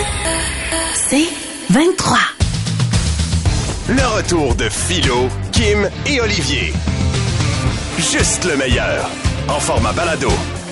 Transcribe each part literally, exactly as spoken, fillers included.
C'est vingt-trois. Le retour de Philo, Kim et Olivier. Juste le meilleur. En format balado.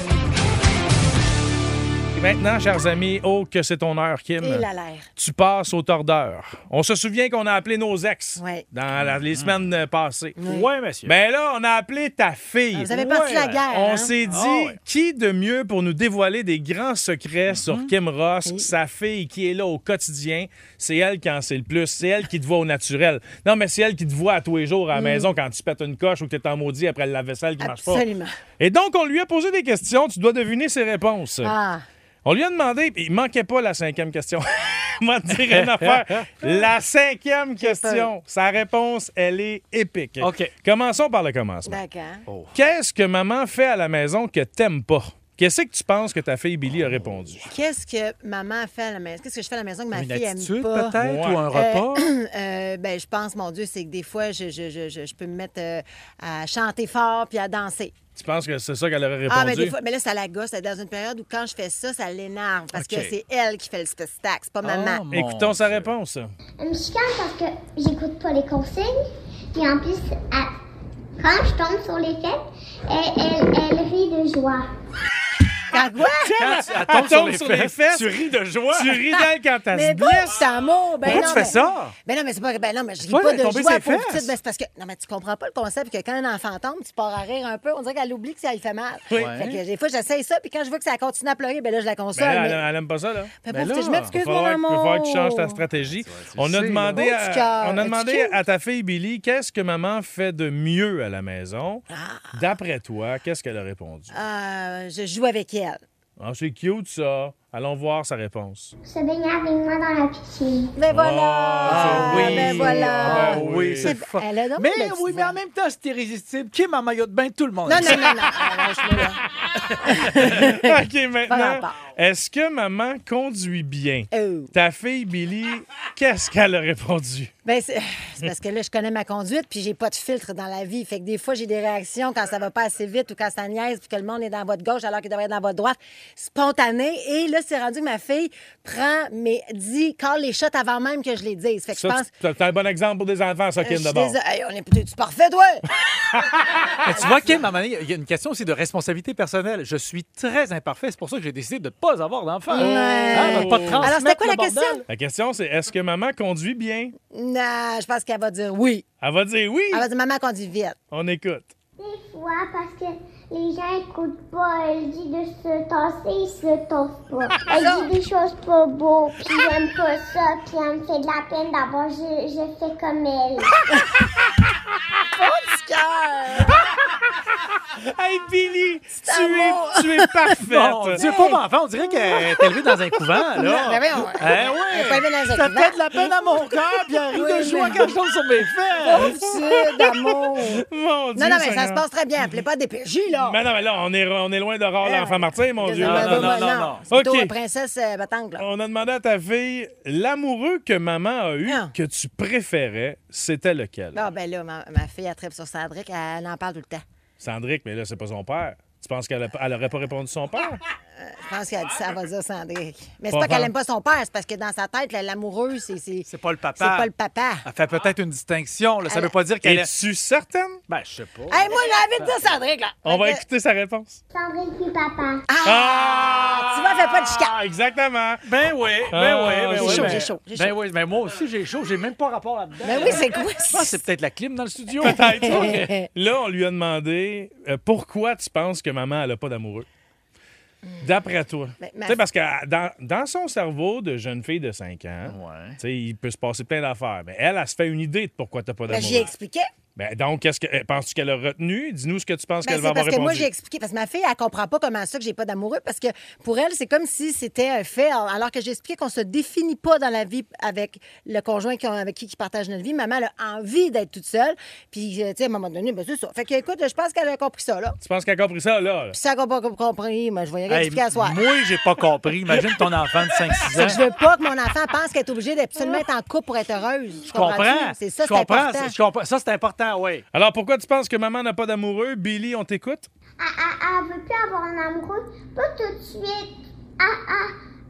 Maintenant, chers amis, oh que c'est ton heure, Kim. Il a l'air. Tu passes au tordeur. On se souvient qu'on a appelé nos ex ouais. dans la, les semaines passées. Oui, ouais, monsieur. Mais là, on a appelé ta fille. Vous avez parti ouais. la guerre. On hein? s'est dit, oh, ouais. qui de mieux pour nous dévoiler des grands secrets mm-hmm. sur Kim Ross, oui. sa fille qui est là au quotidien. C'est elle qui en sait le plus. C'est elle qui te voit au naturel. Non, mais c'est elle qui te voit à tous les jours à la mm. maison quand tu pètes une coche ou que tu es en maudit après le lave-vaisselle qui Absolument. marche pas. Absolument. Et donc, on lui a posé des questions. Tu dois deviner ses réponses. Ah. On lui a demandé, il manquait pas la cinquième question. On va te dire une affaire. La cinquième question, sa réponse, elle est épique. OK. Commençons par le commencement. D'accord. Oh. Qu'est-ce que maman fait à la maison que t'aimes pas? Qu'est-ce que tu penses que ta fille Billy a répondu? Qu'est-ce que maman fait à la maison? Qu'est-ce que je fais à la maison que ma Une fille attitude, aime pas? peut-être, Ouais. ou un repas? Euh, euh, ben, je pense, mon Dieu, c'est que des fois, je, je, je, je, je peux me mettre euh, à chanter fort puis à danser. Tu penses que c'est ça qu'elle aurait répondu? Ah, mais des fois, mais là, ça la gosse. C'est dans une période où quand je fais ça, ça l'énerve parce OK. que c'est elle qui fait le spectacle, c'est pas maman. Oh, mon Écoutons sa Dieu. réponse. Je me chicane parce que j'écoute pas les consignes. Puis en plus, elle- quand je tombe sur les fêtes, elle, elle, elle rit de joie. Quand quoi? Quand tu Elle tombe tombe sur les fesses. tu ris de joie. Tu ris d'elle quand elle se Mais bon, blesse. c'est amour. Ben Pourquoi non, tu fais mais- ça? Ben non, mais c'est pas. Ben non, mais je ris Ouais, pas elle de est tombée joie ses pour fesses. petite. Ben, c'est parce que. Non, mais tu comprends pas le concept que quand un enfant tombe, tu pars à rire un peu. On dirait qu'elle oublie que ça lui fait mal. Oui. Fait que des fois, j'essaye ça, puis quand je vois que ça continue à pleurer, ben là, je la console. Mais là, mais... elle, elle aime pas ça, là. Ben, Ben pauvre, là, je m'excuse, Il va mon falloir, amour. il va falloir que tu changes ta stratégie. On a sais, demandé, là. à, Petit cœur, on a demandé excuse. à ta fille Billy qu'est-ce que maman fait de mieux à la maison. Ah. D'après toi, qu'est-ce qu'elle a répondu? Euh, je joue avec elle. Ah, c'est cute, ça. Allons voir sa réponse. Se baigner avec moi dans la piscine. Ben voilà! Ah, oui. Ben voilà! Ah, oui, oui. c'est fort. Elle a donc Mais une belle oui, petite mais en voix. même temps, c'est irrésistible. Kim en maillot de bain, tout le monde. Non, aime non, ça. non, non. Ah, lâche-moi, là. OK, Pas maintenant, rapport. est-ce que maman conduit bien? Oh. Ta fille Billy, qu'est-ce qu'elle a répondu? Ben, c'est c'est parce que là, je connais ma conduite, puis j'ai pas de filtre dans la vie. Fait que des fois, j'ai des réactions quand ça va pas assez vite ou quand ça niaise, puis que le monde est dans votre gauche alors qu'il devrait être dans votre droite, spontané. Et là, c'est rendu que ma fille prend, mais dit, call les shots avant même que je les dise. Fait que Ça, je pense. c'est c'est un bon exemple pour des enfants, ça, Euh, Kim, je suis d'abord. désolée. Hey, on est peut-être parfait, toi? Mais tu vois, Kim, à un moment donné, il y a une question aussi de responsabilité personnelle. Je suis très imparfait. C'est pour ça que j'ai décidé de ne pas avoir d'enfant. Ouais. Hein, de pas transmettre Alors, c'était quoi le la bordel. question? La question, c'est est-ce que maman conduit bien? Non, je pense qu'elle va dire oui. Elle va dire oui. Elle va dire maman conduit vite. On écoute. Des fois, parce que les gens écoutent pas, elle dit de se tasser, ils se tassent pas. Elle dit des choses pas beaux, puis j'aime pas ça, puis elle me fait de la peine d'abord, je, je fais comme elle. Hey, Billy, tu amour. es, tu es parfaite. Bon, tu es pas enfant, on dirait qu'elle est élevée dans un couvent, là. Ben voyons. Eh Elle est oui. pas élevée dans un Ça couvent. fait de la peine à mon cœur, puis elle rit Oui, de joie mais- quand je tombe sur mes fesses. Pauvre d'amour. Mon Dieu, Non, non, mais ça Seigneur. se passe très bien. Appelez pas des P J, là. Mais non, mais là, on est, on est loin de rare Ah, l'enfant Martin, mon Dieu. non, non, non, non, non. C'est plutôt OK. une princesse euh, battante, là. On a demandé à ta fille, l'amoureux que maman a eu, Ah. que tu préférais, c'était lequel? Ah, ben là, ma, ma fille, elle tripe sur Cendric, elle en parle tout le temps. Cendric, mais là, c'est pas son père. Tu penses qu'elle a- elle aurait pas répondu son père? Je pense qu'elle dit ça, elle va dire Cendric. Mais c'est Pas pas qu'elle vrai. aime pas son père, c'est parce que dans sa tête, là, l'amoureux, c'est. C'est C'est pas le papa. c'est pas le papa. Elle fait peut-être une distinction, là. Ça Elle- veut pas dire qu'elle est... Es-tu certaine? Ben, je sais pas. Hey, moi, j'ai envie de dire Cendric, là. On va Fait que- écouter sa réponse. Sandrine puis papa. Ah! Tu vois, fais pas de chicane. Ah, exactement. Ben oui, ben Ah, oui, ben j'ai oui. chaud, ben- j'ai chaud, j'ai Ben chaud. oui, mais moi aussi, j'ai chaud. J'ai même pas rapport là-dedans. Ben oui, c'est quoi? Ah, c'est peut-être la clim dans le studio. Peut-être. OK. Là, on lui a demandé euh, pourquoi tu penses que maman, elle a pas d'amoureux? D'après toi. Ben, ma- Tu sais, parce que euh, dans, dans son cerveau de jeune fille de cinq ans, Ouais. tu sais, il peut se passer plein d'affaires. Mais elle, elle se fait une idée de pourquoi tu n'as pas Ben, d'amoureux. j'y expliquais. Ben, donc, qu'est-ce que, euh, penses-tu qu'elle a retenu? Dis-nous ce que tu penses Ben, qu'elle va c'est avoir parce que répondu. moi, j'ai expliqué. Parce que ma fille, elle comprend pas comment ça que j'ai pas d'amoureux. Parce que pour elle, c'est comme si c'était un fait. Alors que j'ai expliqué qu'on se définit pas dans la vie avec le conjoint qui- avec qui qui partage notre vie. Maman, elle a envie d'être toute seule. Puis, euh, tu sais, à un moment donné, ben, c'est ça. Fait que, écoute, je pense qu'elle a compris ça, là. Tu penses qu'elle a compris ça, là? Puis, ça n'a pas compris. Moi, je vais y Hey, expliquer à soir. moi, j'ai pas compris. Imagine ton enfant de cinq six ans. Je veux pas que mon enfant pense qu'elle est obligée d'absolument être en couple pour être heureuse. Je comprends. C'est ça, Je c'est comprends. important. Je comprends. Ça, c'est important, oui. Alors, pourquoi tu penses que maman n'a pas d'amoureux? Billy, on t'écoute? Elle, elle, elle veut plus avoir un amoureux, pas tout de suite. Elle, elle,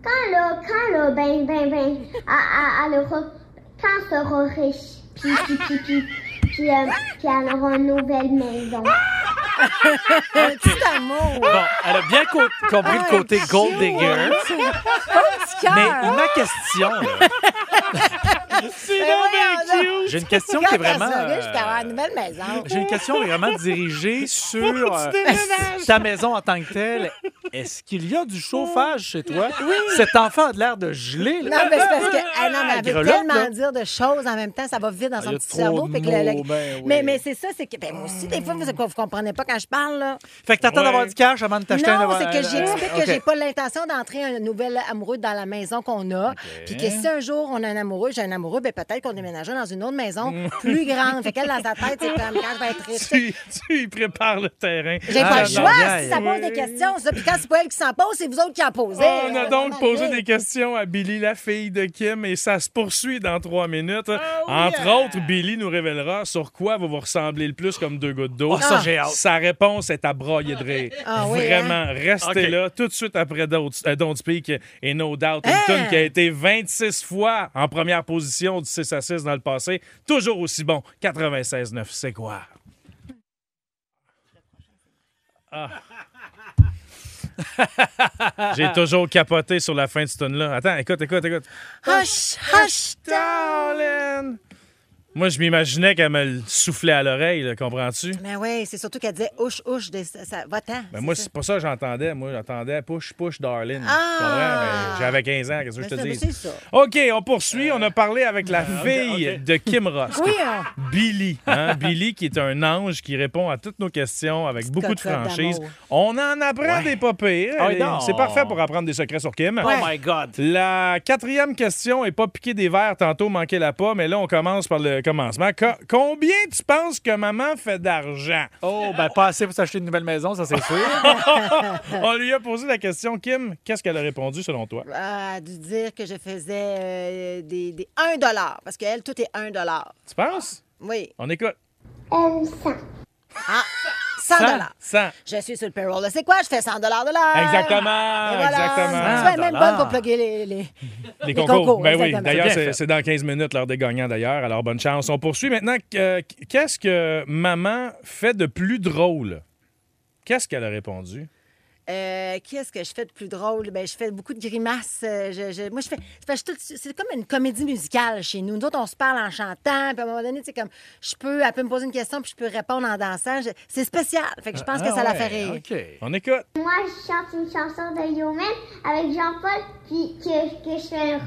quand là, quand là, ben, ben, ben, elle, elle, elle aura, quand elle sera riche, puis, puis, puis, puis, puis, euh, puis elle aura une nouvelle maison. Un petit amour. Bon, elle a bien co- compris le côté gold digger. Petit Mais cœur. ma question, là, C'est Ben donc voyons bien cute! j'ai une question Quand qui est elle vraiment... sera riche, puis avoir euh, une nouvelle maison. J'ai une question vraiment dirigée sur euh, déménages. ta maison en tant que telle. Est-ce qu'il y a du chauffage chez toi? Oui. Cet enfant a de l'air de geler. Là. Non, mais c'est parce que ah, non, mais elle veut Grelotte, tellement là. dire de choses en même temps, ça va vite dans Ah, son il y a petit trop cerveau. de puis que le- le- mots, ben oui. mais, mais c'est ça, c'est que ben, moi aussi, des fois, vous ne comprenez pas quand je parle. Là. Fait que t'attends Ouais. d'avoir du cash avant de t'acheter un... Non, c'est que j'explique OK. que j'ai pas l'intention d'entrer un nouvel amoureux dans la maison qu'on a. Puis que si un jour on a un amoureux, j'ai un amoureux, ben peut-être qu'on déménagera dans une autre maison plus grande. Fait qu'elle, dans sa tête, c'est comme quand je vais être riche. Tu, tu y prépares le terrain. J'ai Ah, pas le non, choix bien, si ça pose des questions, ça. Puis quand c'est pas elle qui s'en pose, c'est vous autres qui en posez. On a donc posé des questions à Billy, la fille de Kim, et ça se poursuit dans trois minutes. Entre autres, Billy nous révélera sur quoi va vous ressembler le plus comme deux gouttes d'eau. Oh, ça, j'ai hâte. Sa réponse est à broyer de rire. Ah oui, Vraiment, restez OK. là tout de suite après Don't, euh, Don't Speak et No Doubt. Une Hein? tune qui a été vingt-six fois en première position du six à six dans le passé. Toujours aussi bon. quatre-vingt-seize neuf, c'est quoi? Ah. J'ai toujours capoté sur la fin de ce tune-là. Attends, écoute, écoute, écoute. Hush, hush, Darling! Moi, je m'imaginais qu'elle me le soufflait à l'oreille, là, comprends-tu? Mais oui, c'est surtout qu'elle disait ouche, ouche, des- ça, ça- va-t'en. Ben moi, c'est pas ça que j'entendais. Moi, j'entendais push, push, darling. Ah! Tu comprends? Ben, j'avais quinze ans, qu'est-ce que Mais je te c'est- dis? c'est ça. OK, on poursuit. On a parlé avec la fille de Kim Ross. Oui, hein. Billy. Hein? Billy, qui est un ange qui répond à toutes nos questions avec beaucoup de cocotte franchise. d'amour. On en apprend des pas pires. Ah, Elle- non. C'est parfait pour apprendre des secrets sur Kim. Oh my God! La quatrième question est pas piquer des verres, tantôt manquer la pas, mais là, on commence par le commencement. Co- combien tu penses que maman fait d'argent? Oh, ben pas assez pour s'acheter une nouvelle maison, ça c'est sûr. On lui a posé la question, Kim, qu'est-ce qu'elle a répondu selon toi? Elle a dû dire que je faisais euh, des, des un dollar. Parce qu'elle, tout est un dollar. Tu penses? Oui. On écoute. Euh, ça. Ah, cent dollars. cent. Je suis sur le payroll. Là, c'est quoi? Je fais cent dollars de l'heure. Exactement, Et voilà. exactement. Tu vois, même dollars. bonne pour plugger les... les... Les Les concours. concours, Ben oui, exactement. d'ailleurs, C'est bien c'est fait. c'est dans quinze minutes l'heure des gagnants, d'ailleurs. Alors, bonne chance. On poursuit maintenant. Euh, Qu'est-ce que maman fait de plus drôle? Qu'est-ce qu'elle a répondu? Euh, Qu'est-ce que je fais de plus drôle? Ben, je fais beaucoup de grimaces. Euh, je- je- moi, je fais. c'est parce que je suis tout- C'est comme une comédie musicale chez nous. Nous autres, on se parle en chantant. Puis à un moment donné, tu sais, comme. Je peux. Elle peut me poser une question, puis je peux répondre en dansant. Je- C'est spécial. Fait que je pense que ça la fait rire. Ah, OK. On écoute. Moi, je chante une chanson de Yomen avec Jean-Paul, puis que, que je fais un...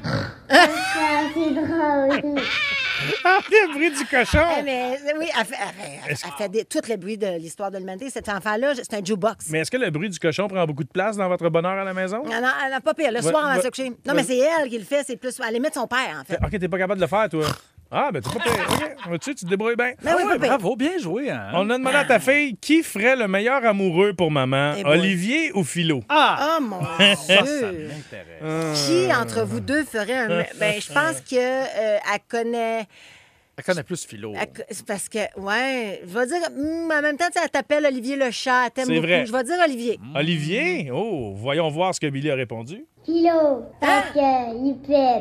Ça, c'est drôle. Ah, le bruit du cochon! Eh, mais, oui, elle fait, elle fait- elle fait des- tout le bruit de l'histoire de l'humanité. Cet enfant-là, c'est un jukebox. Mais est-ce que le bruit du cochon prend beaucoup de place dans votre bonheur à la maison? Non, non, elle n'a pas pire. Le Va- soir, on va va- se coucher. Non, va- mais c'est elle qui le fait. C'est plus. À la limite, son père, en fait. OK, t'es pas capable de le faire, toi. Ah, ben, t'es pas pire. OK, vois-tu, tu te débrouilles bien. Mais oui, Ouais, pas pire. bravo, bien joué. Hein? On a demandé à ta fille qui ferait le meilleur amoureux pour maman, Eh boy. Olivier ou Philo? Ah! Oh mon Ça, ça Dieu! m'intéresse. Qui entre vous deux ferait un. Ben, je pense que euh, elle connaît. Elle connaît plus philo. elle co- C'est parce que, ouais, je vais dire. hum, en même temps, tu sais, elle t'appelle Olivier le chat. Elle t'aime C'est beaucoup. vrai. Je vais dire Olivier. Olivier? Oh, voyons voir ce que Billy a répondu. Philo, parce qu'il pète.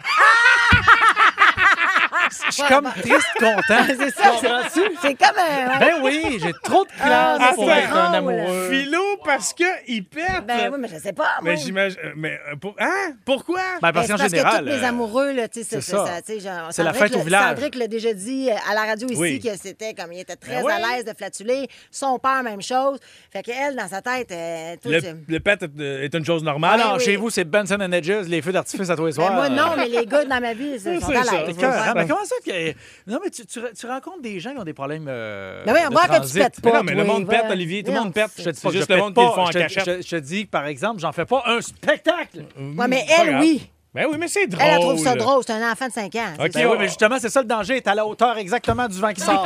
Je suis comme triste content. C'est ça. c'est- C'est comme un. ouais. Ben oui, j'ai trop de Ah, classe mais pour c'est être un drôle. amoureux. Philo, parce qu'il pète. Ben oui, mais je sais pas. moi. Mais j'imagine. euh, Mais euh, pour... Hein? Pourquoi? Ben, Ben, parce c'est qu'en parce général. que tous les euh, amoureux, là, tu sais, c'est c'est ça. ça. tu sais, genre, C'est la Sandrick fête au le- village. Sandrick l'a déjà dit euh, à la radio ici Oui. que c'était comme il était très Ben oui. à l'aise de flatuler. Son père, même chose. Fait qu'elle, dans sa tête, euh, tout, Le, c'est- le pet est, est une chose Ah normale. non, oui. chez vous, c'est Benson and Hedges, les feux d'artifice à tous les Ben, soirs. moi, non, mais les gars dans ma vie, ils sont c'est à ça. l'aise. C'est Ouais. cœur. Ben, comment ça que. Non, mais tu, tu, tu rencontres des gens qui ont des problèmes. Euh, Ben oui, on de voit que tu transit. pètes Mais pas. non, mais le toi, monde va. pète, Olivier. Tout le Non, monde pète. Je te dis C'est pas que juste je le pète monde qui le pas. font en Je te- cachette. je- je te dis que, par exemple, j'en fais pas un spectacle. Ouais, mais Pas elle, grave. oui. Ben oui, mais c'est drôle. Elle, elle trouve ça drôle. C'est un enfant de cinq ans. OK. Ben oui, mais justement, c'est ça le danger. T'es à la hauteur exactement du vent qui sort.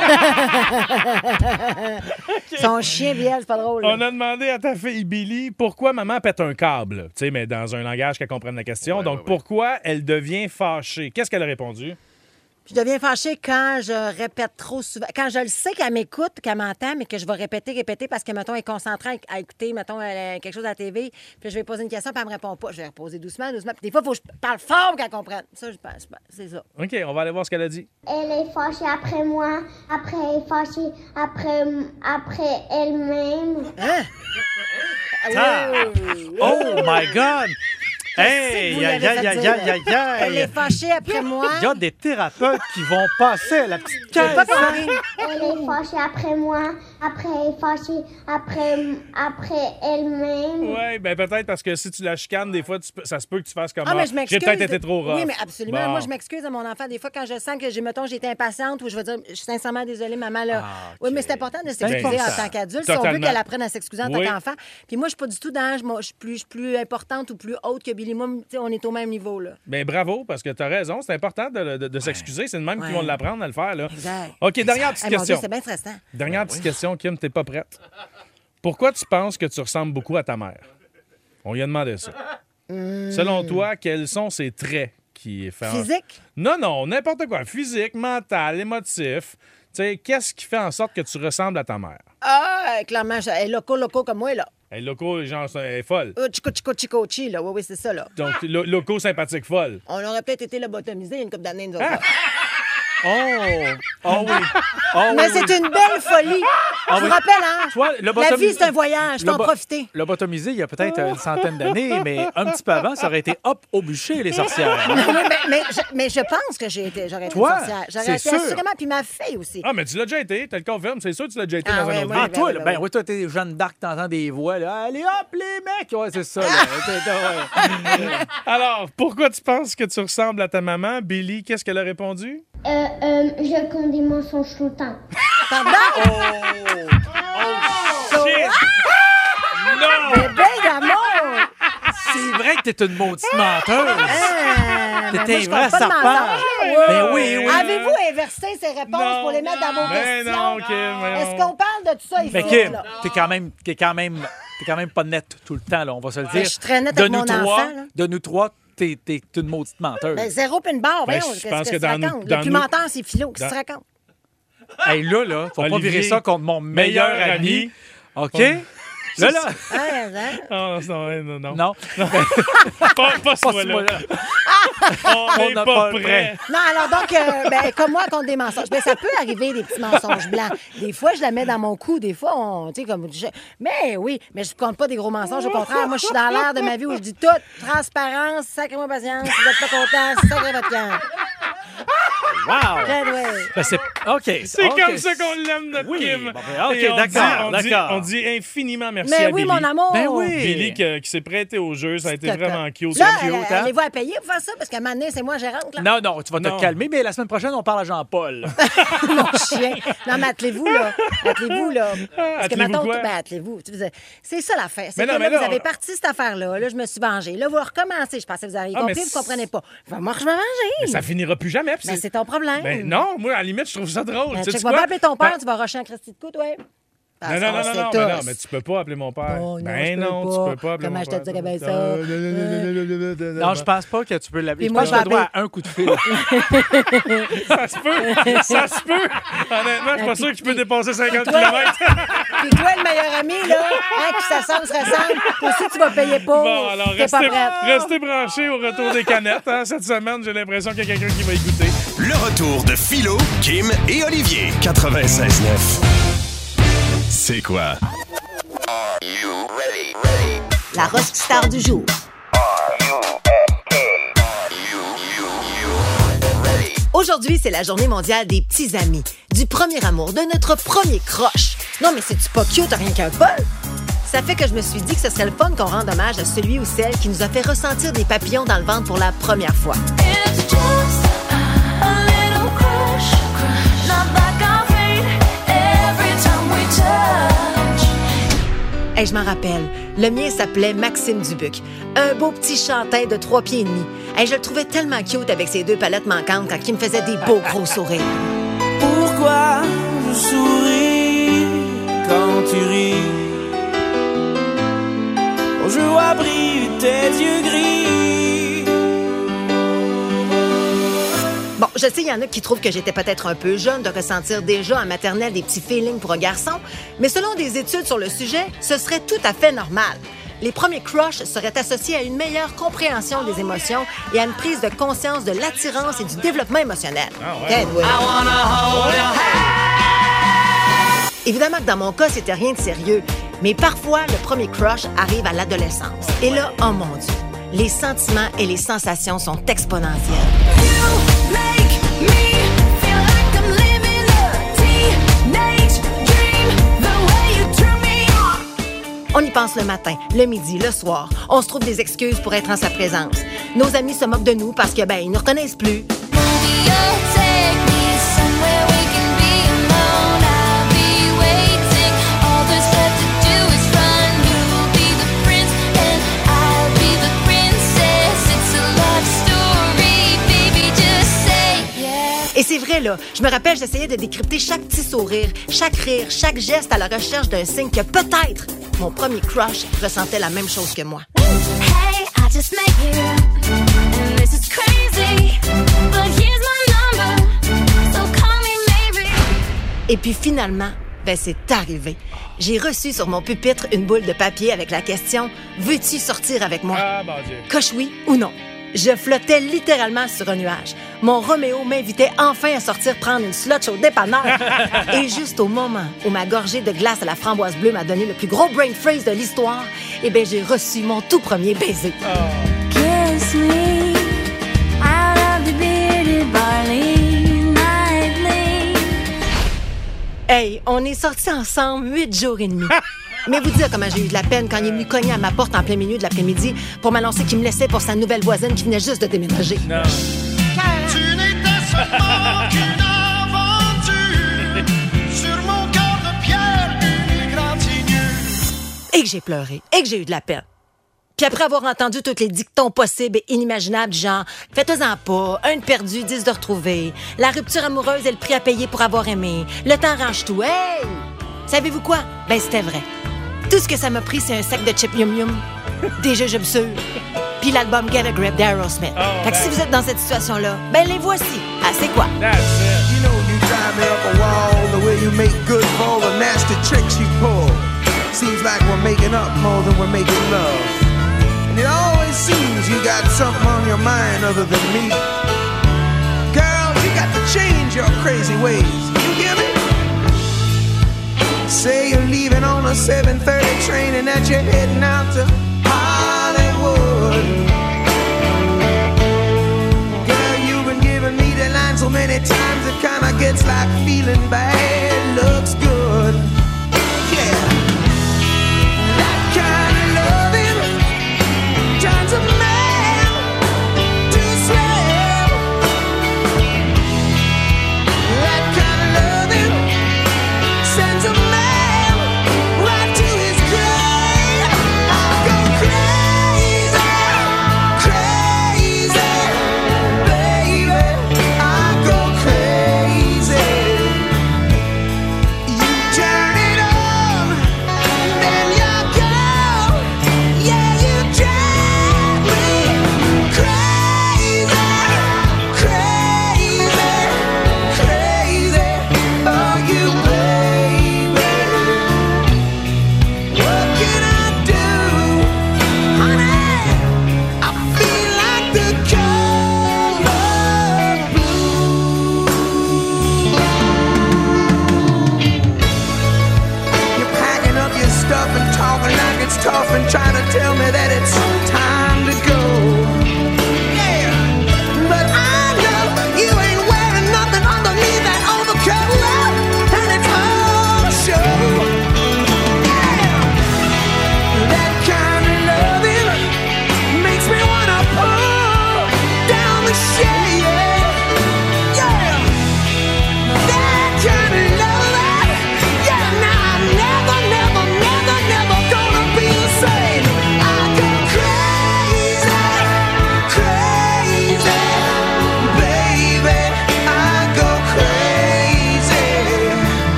Son chien, puis elle, c'est pas drôle. là. On a demandé à ta fille Billy pourquoi maman pète un câble, tu sais, mais dans un langage qu'elle comprenne la question. Ouais, Donc, ouais, ouais. pourquoi elle devient fâchée? Qu'est-ce qu'elle a répondu? Je deviens fâchée quand je répète trop souvent. Quand je le sais qu'elle m'écoute, qu'elle m'entend, mais que je vais répéter, répéter parce que, mettons, elle est concentrée à écouter, mettons, quelque chose à la T V, puis je vais poser une question, puis elle me répond pas. Je vais reposer doucement, doucement. Puis des fois, il faut que je parle fort pour qu'elle comprenne. Ça, je pense, c'est ça. OK, on va aller voir ce qu'elle a dit. Elle est fâchée après moi, après elle est fâchée après, après elle-même. Hein? Ah. Oh my God! Hey, Vous aïe, l'avez aïe, fait aïe, dire, aïe, aïe, Elle est aïe! fâchée après moi. Il y a des thérapeutes qui vont passer à la petite J'ai caisse. pas compris. Elle est fâchée après moi, après elle est fâchée après, après elle-même. Oui, ben peut-être parce que si tu la chicanes, des fois, tu peux- ça se peut que tu fasses comme Ah, mais ah, je m'excuse. j'ai peut-être été trop rough. Oui, mais absolument. Bon. Moi, je m'excuse à mon enfant. Des fois, quand je sens que j'ai, mettons, j'ai été impatiente ou je vais dire, je suis sincèrement désolée, maman, là. Ah, ok. Oui, mais c'est important de s'excuser en important. tant qu'adulte. Si on veut Totalement. qu'elle apprenne à s'excuser en tant Oui. qu'enfant. Puis moi, je suis pas du tout dans, je moi, je suis plus, je suis plus importante ou plus haute que Billy. Moi, tu sais, on est au même niveau, là. Ben bravo, parce que tu as raison. C'est important de, de- de s'excuser. C'est le même qui Ouais. vont l'apprendre à le faire. Là. Exact. OK, dernière petite Hey, mon Dieu, question. c'est bien stressant. Dernière petite question, Kim, t'es pas prête. Pourquoi tu penses que tu ressembles beaucoup à ta mère? On lui a demandé ça. Selon toi, quels sont ces traits qui font... Physique? Non, non, n'importe quoi. Physique, mental, émotif. Tu sais, qu'est-ce qui fait en sorte que tu ressembles à ta mère? Ah, clairement, je- elle est loco, loco comme moi, là. Elle est loco, genre, elle est folle. Oh, chico, chico, chico, chi, là. Oui, oui, c'est ça, là. Donc, lo- loco, sympathique, folle. On aurait peut-être été lobotomisés une couple d'années, nous autres. Ah! Oh! Oh oui! Oh, Mais oui, c'est oui. une belle folie. Je vous oui. rappelle, hein? Toi, La lobotomi- vie, c'est un voyage. Faut en Lobo- profiter. Lobotomisé il y a peut-être une centaine d'années, mais un petit peu avant, ça aurait été hop au bûcher, les sorcières. Oui, mais, mais je, mais je pense que j'ai été, j'aurais été Toi, une sorcière. J'aurais c'est été sûr. assurément, puis ma fille aussi. Ah, mais tu l'as déjà été, tu le confirmes. C'est sûr que tu l'as déjà été Ah, dans ouais, un autre ouais. vie. Ah, toi, ben, là, ben, ben ben. oui, toi, t'es Jeanne d'Arc, t'entends des voix, là. Allez, hop, les mecs! Ouais, c'est ça, là. T'es- t'es- ouais. Alors, pourquoi tu penses que tu ressembles à ta maman? Billy, qu'est-ce qu'elle a répondu? Euh, euh, je compte des mensonges tout le temps. Pardon? Shit! Non! Bébé d'amour! C'est vrai que t'es une maudite menteuse. Ah, T'es ben, moi, un je vrai compte pas de serpent. mensonges. Ben oui, oui. Avez-vous inversé ces réponses Non. pour les mettre dans vos Ben questions? non, Kim, voyons. Est-ce qu'on parle de tout ça ici? Mais Kim, là? t'es quand même, t'es quand même, t'es quand même pas nette tout le temps, là, on va se le dire. je suis très nette de avec nous mon trois, enfant, là. De nous trois, t'es, t'es une maudite menteuse. Ben, zéro puis une barre, Ben, voyons, je qu'est-ce pense que que tu dans nous- racontes? dans Le plus nous- menteur, c'est Philo. Qu'est-ce que tu Dans- racontes? Hey, là, là, faut pas Olivier, virer ça contre mon meilleur, meilleur ami. ami. OK? Là, là. Hein, hein? Ah, non, non, non. Non. Pas, pas ce Pas ce mois-là. mois-là. On n'est n'a pas pas le prêt. Non, alors donc, euh, ben, comme moi, contre des mensonges. Ben, ça peut arriver, des petits mensonges blancs. Des fois, je la mets dans mon cou. Des fois, on. Tu sais, comme. je- Mais oui, mais je compte pas des gros mensonges. Au contraire, moi, je suis dans l'air de ma vie où je dis tout. Transparence, sacrez-moi patience. Si vous êtes pas content, sacrez votre camp. Wow! Ben, ouais. Ben, c'est... OK. C'est OK. comme ça qu'on l'aime, notre Oui, Kim. bon, ben, OK, Et on d'accord, dit- on dit- d'accord. On dit infiniment merci Mais à oui, Billy. mon amour. Ben oui. Billy qui, qui s'est prêté au jeu, ça a été Cocotte. vraiment cute. Là, Cute, euh, hein? allez-vous à payer pour faire ça? Parce qu'à un moment donné, c'est moi gérante, là. Non, non, tu vas te Non. calmer, mais la semaine prochaine, on parle à Jean-Paul. Mon chien. Non, mais attelez-vous, là. Attelez-vous, là. Parce que, attelez-vous mettons, quoi? ben, attelez-vous. Tu faisais- C'est ça l'affaire. C'est Mais que non, là, mais là, vous avez on- parti cette affaire-là. Là, je me suis vengée. Là, vous recommencez. Je pensais que vous auriez Ah, mais compris, vous c'est- comprenez pas. Ben, moi, je vais venger. Mais ça finira plus jamais. puis Ben, c'est ton problème. Ben non, moi, à la limite, je trouve ça drôle. Ben, Tu sais check, quoi? va pas appeler ton père, Ben, tu vas rusher un Christy de coup, toi. Parce Non, non, qu'on non, sait non, non, tous. mais non, mais tu peux pas appeler mon père. Oh, non, ben je peux non, pas. tu peux pas appeler Comment mon je te père. dirais bien ça? Non, je pense pas que tu peux l'appeler. Et Je moi, pense je que vais tu dois appeler- à un coup de fil. Ça se peut, ça se peut. Honnêtement, je suis pas sûr que je peux dépasser cinquante Toi- kilomètres. Puis toi, le meilleur ami, là, hein, qui s'assemble, se ressemble, toi aussi, tu vas payer pour. Bon, alors, T'es pas restez, prête. restez branchés au retour des canettes. hein. Cette semaine, j'ai l'impression qu'il y a quelqu'un qui va écouter. Le retour de Philo, Kim et Olivier. quatre-vingt-seize neuf. C'est quoi? La rockstar du jour. Aujourd'hui, c'est la journée mondiale des petits amis, du premier amour, de notre premier crush. Non, mais c'est-tu pas cute, rien qu'un Paul? Ça fait que je me suis dit que ce serait le fun qu'on rende hommage à celui ou celle qui nous a fait ressentir des papillons dans le ventre pour la première fois. Hey, je m'en rappelle. Le mien s'appelait Maxime Dubuc. Un beau petit chantin de trois pieds et demi. Hey, je le trouvais tellement cute avec ses deux palettes manquantes quand il me faisait des beaux gros sourires. Pourquoi je souris quand tu ris? Quand je vois briller tes yeux gris. Bon, je sais, il y en a qui trouvent que j'étais peut-être un peu jeune de ressentir déjà en maternelle des petits feelings pour un garçon, mais selon des études sur le sujet, ce serait tout à fait normal. Les premiers crushs seraient associés à une meilleure compréhension des émotions et à une prise de conscience de l'attirance et du développement émotionnel. Ah ouais. Edwin. Évidemment que dans mon cas, c'était rien de sérieux, mais parfois, le premier crush arrive à l'adolescence. Et là, oh mon Dieu, les sentiments et les sensations sont exponentielles. On y pense le matin, le midi, le soir. On se trouve des excuses pour être en sa présence. Nos amis se moquent de nous parce que, ben, ils nous reconnaissent plus. Et c'est vrai, là. Je me rappelle, j'essayais de décrypter chaque petit sourire, chaque rire, chaque geste à la recherche d'un signe que peut-être mon premier crush ressentait la même chose que moi. Hey, I just met you, and this is crazy, but here's my number, so call me maybe. Et puis finalement, ben c'est arrivé. J'ai reçu sur mon pupitre une boule de papier avec la question « Veux-tu sortir avec moi? » Ah, mon Dieu. Coche oui ou non. Je flottais littéralement sur un nuage. Mon Roméo m'invitait enfin à sortir prendre une slotch au dépanneur. Et juste au moment où ma gorgée de glace à la framboise bleue m'a donné le plus gros brain freeze de l'histoire, eh bien, j'ai reçu mon tout premier baiser. Oh. Kiss me out of the bearded barley nightly. Hey, on est sortis ensemble huit jours et demi. Mais vous dire comment j'ai eu de la peine quand il est venu cogner à ma porte en plein milieu de l'après-midi pour m'annoncer qu'il me laissait pour sa nouvelle voisine qui venait juste de déménager. Non. Tu n'étais seulement qu'une aventure sur mon corps de pierre égratignure. Et que j'ai pleuré, et que j'ai eu de la peine. Puis après avoir entendu tous les dictons possibles et inimaginables, genre « Faites-en pas, un de perdu, dix de retrouvé. La rupture amoureuse est le prix à payer pour avoir aimé. Le temps range tout. Hey! » Savez-vous quoi? Ben, c'était vrai. Tout ce que ça m'a pris, c'est un sac de chips yum yum, des jujubes sûrs, puis l'album Get a Grip d'Aerosmith. Oh, fait que ben. si vous êtes dans cette situation-là, ben les voici. Ah, c'est quoi? That's it. You know you drive me up a wall, the way you make good for all the nasty tricks you pull. Seems like we're making up more than we're making love. And it always seems you got something on your mind other than me. Girl, you got to change your crazy ways. You hear me? Say you're leaving on a seven thirty train and that you're heading out to Hollywood. Girl, you've been giving me the line so many times it kinda gets like feeling bad looks good. Yeah. That kind of loving turns a man to swell. That kind of loving sends a man right to his grave. I go crazy, crazy, baby. I go crazy.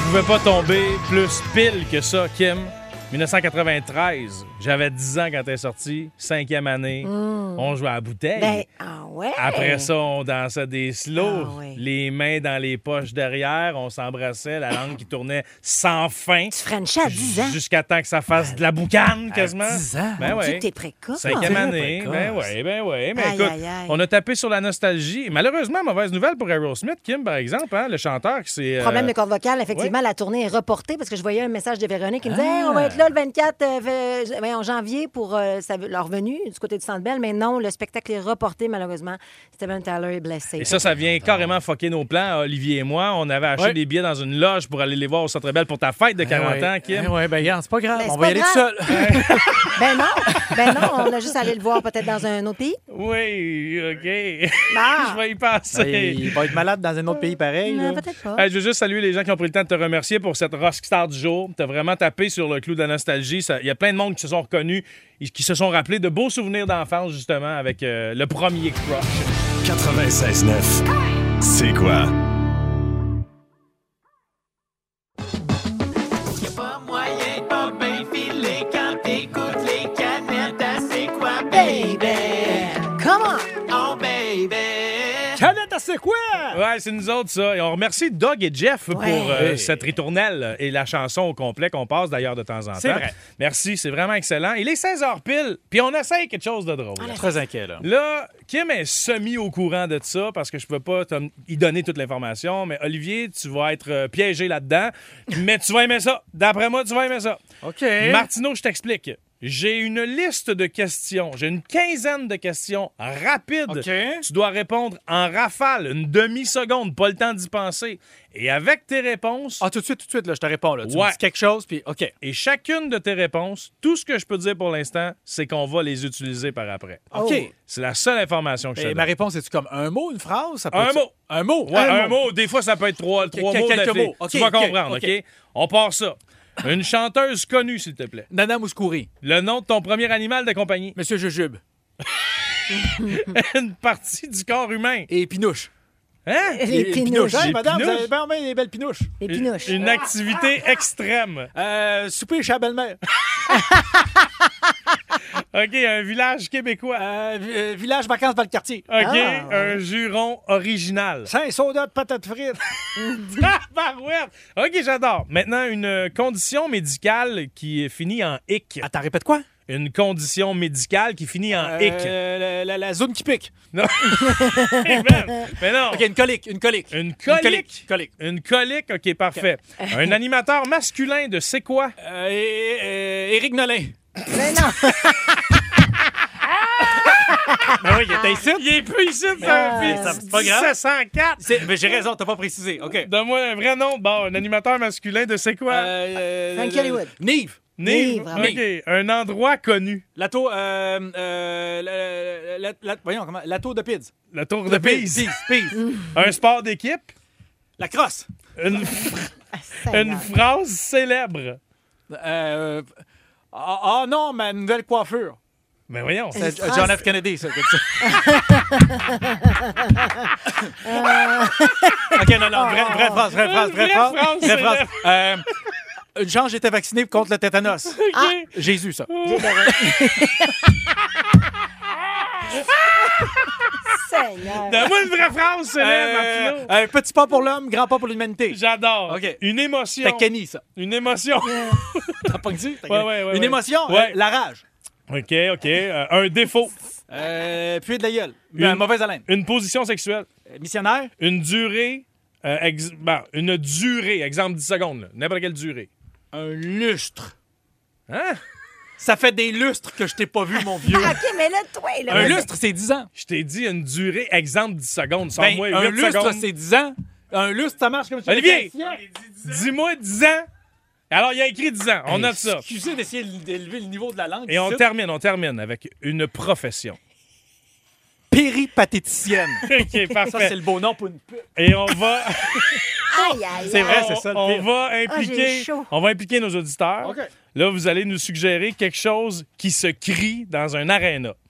pouvait pas tomber plus pile que ça, Kim. dix-neuf cent quatre-vingt-treize, j'avais dix ans quand elle est sortie, cinquième année, Mm. on jouait à la bouteille. Ben, ah ouais. Après ça, on dansait des slows, Ah ouais. les mains dans les poches derrière, on s'embrassait, la langue qui tournait sans fin. Tu frenchais à dix ans. Jusqu'à temps que ça fasse de la boucane, quasiment. dix ans? Ben Mon Dieu, ouais. t'es précoce. Cinquième Très année, précoce. ben oui, ben oui. Mais Aïe, écoute, aïe, aïe. on a tapé sur la nostalgie. Malheureusement, mauvaise nouvelle pour Aerosmith, Kim, par exemple, hein, le chanteur qui s'est... euh, Problème de corde vocale, effectivement, la tournée est reportée parce que je voyais un message de Véronique qui me disait Hey, on va être là le vingt-quatre euh, v- ouais, en janvier pour euh, sa- leur venue du côté du Centre Bell, mais non, le spectacle est reporté malheureusement. Steven Tyler est blessé. Et ça, ça vient carrément fucker nos plans, Olivier et moi. On avait acheté Ouais. des billets dans une loge pour aller les voir au Centre Bell pour ta fête de quarante ans, Kim. Oui, ben regarde, c'est pas grave. Ben, on c'est va y pas aller tout seul. Ben non, ben non, on a juste à aller le voir peut-être dans un autre pays. Oui, OK. Ah. Je vais y passer. Ben, il va être malade dans un autre pays pareil. Non, là. peut-être pas. Hey, je veux juste saluer les gens qui ont pris le temps de te remercier pour cette Rockstar du jour. T'as vraiment tapé sur le clou de la nostalgie. Ça- Il y a plein de monde qui se sont reconnus, qui se sont rappelés de beaux souvenirs d'enfance, justement, avec euh, le premier crush. quatre-vingt-seize neuf. C'est quoi? Y'a pas moyen de pas bien filer quand t'écoutes les canettes à C'est quoi, baby? Come on! Oh, baby! Canette, c'est quoi? Ouais, c'est nous autres, ça. Et on remercie Doug et Jeff pour euh, Ouais. cette ritournelle et la chanson au complet qu'on passe d'ailleurs de temps en temps. C'est vrai. Merci, c'est vraiment excellent. Il est seize heures pile, puis on essaye quelque chose de drôle. Très inquiet, là. Là, Kim est semi au courant de ça parce que je peux pas te- y donner toute l'information, mais Olivier, tu vas être euh, piégé là-dedans, mais tu vas aimer ça. D'après moi, tu vas aimer ça. OK. Martineau, je t'explique. J'ai une liste de questions. J'ai une quinzaine de questions rapides. OK. Tu dois répondre en rafale, une demi-seconde, pas le temps d'y penser. Et avec tes réponses, Ah, tout de suite, tout de suite, là, je te réponds. Là. Tu Ouais. me dis quelque chose, puis OK. et chacune de tes réponses, tout ce que je peux te dire pour l'instant, c'est qu'on va les utiliser par après. OK. C'est la seule information que je te Et donne. ma réponse, est-tu comme un mot, une phrase? Ça peut Un être- mot. Un mot? Ouais, un, mot. Des fois, ça peut être trois, trois quel- mots quelques d'affilée. mots. OK, Tu vas OK, comprendre, OK? OK. On part ça. Une chanteuse connue, s'il te plaît. Nana Mouskouri. Le nom de ton premier animal de compagnie. Monsieur Jujube. Une partie du corps humain. Et Pinouche. Hein? Les pinouches. Hey, Les madame, vous pinouches. avez bien, bien des belles pinouches. Les pinouches. Une activité extrême. Euh, souper chez la belle-mère. OK, un village québécois. Euh, vi- euh, village vacances dans le quartier. OK, Ah, ouais. un juron original. Cinq sodas de patates frites. Ah, barouette! OK, j'adore. Maintenant, une condition médicale qui finit en hic. Attends, répète quoi? Une condition médicale qui finit en hic. Euh, la, la- la zone qui pique. Non. Hey, man. Mais non. OK, une colique, une colique. Une colique. colique. colique. Une colique, OK, parfait. Un animateur masculin de C'est quoi? Euh, et- euh, Éric Nolin. Mais non! Ben oui, il était ici. Il est plus ici, Ah, ça c'est pas grave. sept cent quatre. C'est- Mais j'ai raison, t'as pas précisé. OK. Donne-moi un vrai nom. Bon, un animateur masculin de C'est quoi? Euh, euh, Frankie Hollywood. Nive. Nive. Nive, bravo. OK. Un endroit connu. La tour. Euh, euh, la, la- la- la- voyons, comment? La tour de Pids. La tour de Pise. Pise. Pise. Un sport d'équipe. La crosse. Une, une phrase célèbre. Euh, Ah ah non, ma nouvelle coiffure. Ben voyons. C'est phrase- John F. Kennedy, ça. que ça. OK, non, non, vraie, vraie phrase, vraie phrase, vraie Vraie phrase. phrase, Vraie phrase. célèbre. Euh, une chance, j'étais vacciné contre le tétanos. OK. Jésus, ça. Seigneur. Donne-moi une vraie phrase célèbre, Euh, Martino. un petit pas pour l'homme, grand pas pour l'humanité. J'adore. OK. Une émotion. C'était Kenny, ça. Une émotion. T'as pas dit? T'as Ouais, gagné. ouais, ouais, Une ouais. émotion? Ouais. euh, la rage. OK, OK. Euh, un défaut. Euh, puis de la gueule. Une- Une mauvaise haleine. Une position sexuelle. Euh, missionnaire. Une durée. euh, ex- bon, une durée. Exemple dix secondes. là. N'importe quelle durée. Un lustre. Hein? Ça fait des lustres que je t'ai pas vu, mon vieux. OK, mais là, toi, là. Un vas-y. lustre, c'est dix ans. Je t'ai dit une durée. Exemple dix secondes. Ben, Sors-moi un huit lustre, secondes. c'est dix ans. Un lustre, ça marche comme ça. Olivier! Dis-moi dix ans. Alors, il y a écrit dix ans. On note ça. Excusez d'essayer d'élever le niveau de la langue. Et on ici. termine, on termine avec une profession. Péripatéticienne. OK, Ça, parfait. c'est le beau nom pour une pute. Et on va, Aïe, aïe, C'est vrai, aïe. c'est ça le on pire. va j'ai impliquer, chaud. on va impliquer nos auditeurs. OK. Là, vous allez nous suggérer quelque chose qui se crie dans un aréna.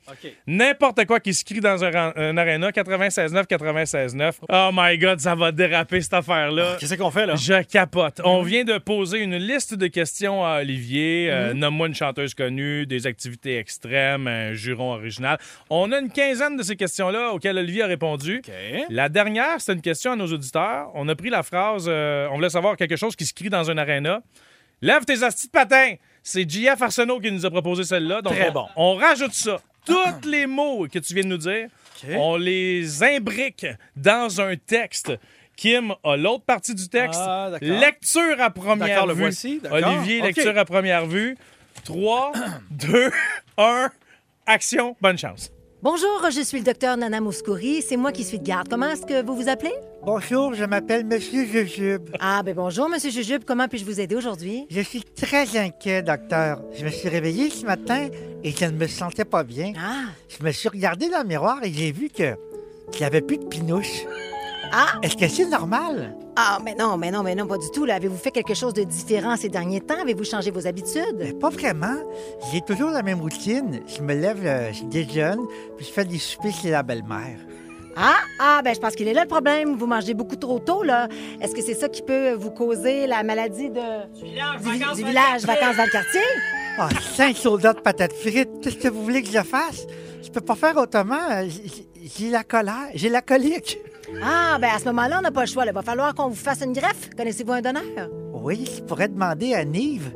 OK. N'importe quoi qui se crie dans un, ran- un aréna, quatre-vingt-seize neuf, quatre-vingt-seize neuf. Oh my God, ça va déraper cette affaire-là. Qu'est-ce qu'on fait, là? Je capote. On vient de poser une liste de questions à Olivier. Euh, Nomme-moi une chanteuse connue, des activités extrêmes, un juron original. On a une quinzaine de ces questions-là auxquelles Olivier a répondu. OK. La dernière, c'est une question à nos auditeurs. On a pris la phrase, euh, on voulait savoir quelque chose qui se crie dans un aréna. Lève tes astis de patins. C'est J F Arsenault qui nous a proposé celle-là. Donc, Très on, bon. on rajoute ça. Tous les mots que tu viens de nous dire, OK. on les imbrique dans un texte. Kim a l'autre partie du texte. Ah, d'accord. Lecture à première D'accord, le vue. voici, d'accord. Olivier, OK. lecture à première vue. trois, deux, un, action. Bonne chance. Bonjour, je suis le docteur Nana Mouskouri. C'est moi qui suis de garde. Comment est-ce que vous vous appelez? Bonjour, je m'appelle Monsieur Jujube. Ah, ben bonjour, Monsieur Jujube. Comment puis-je vous aider aujourd'hui? Je suis très inquiet, docteur. Je me suis réveillé ce matin et je ne me sentais pas bien. Ah, Je me suis regardé dans le miroir et j'ai vu que qu'il n'y avait plus de pinouche. ah, Est-ce que c'est normal? ah, mais non, mais non, mais non, pas du tout. Là. Avez-vous fait quelque chose de différent ces derniers temps? Avez-vous changé vos habitudes? Mais pas vraiment. J'ai toujours la même routine. Je me lève, euh, je déjeune, puis je fais des soupers chez la belle-mère. Ah, ah, ben je pense qu'il est là le problème. Vous mangez beaucoup trop tôt, là. Est-ce que c'est ça qui peut vous causer la maladie de... Du village, du, vacances du dans village le vacances dans le quartier? Ah, cinq soldats de patates frites. Qu'est-ce que vous voulez que je fasse? Je peux pas faire autrement. Euh, j- J'ai la colère. J'ai la colique. Ah, ben à ce moment-là, on n'a pas le choix. Il va falloir qu'on vous fasse une greffe. Connaissez-vous un donneur? Oui, je pourrais demander à Nive.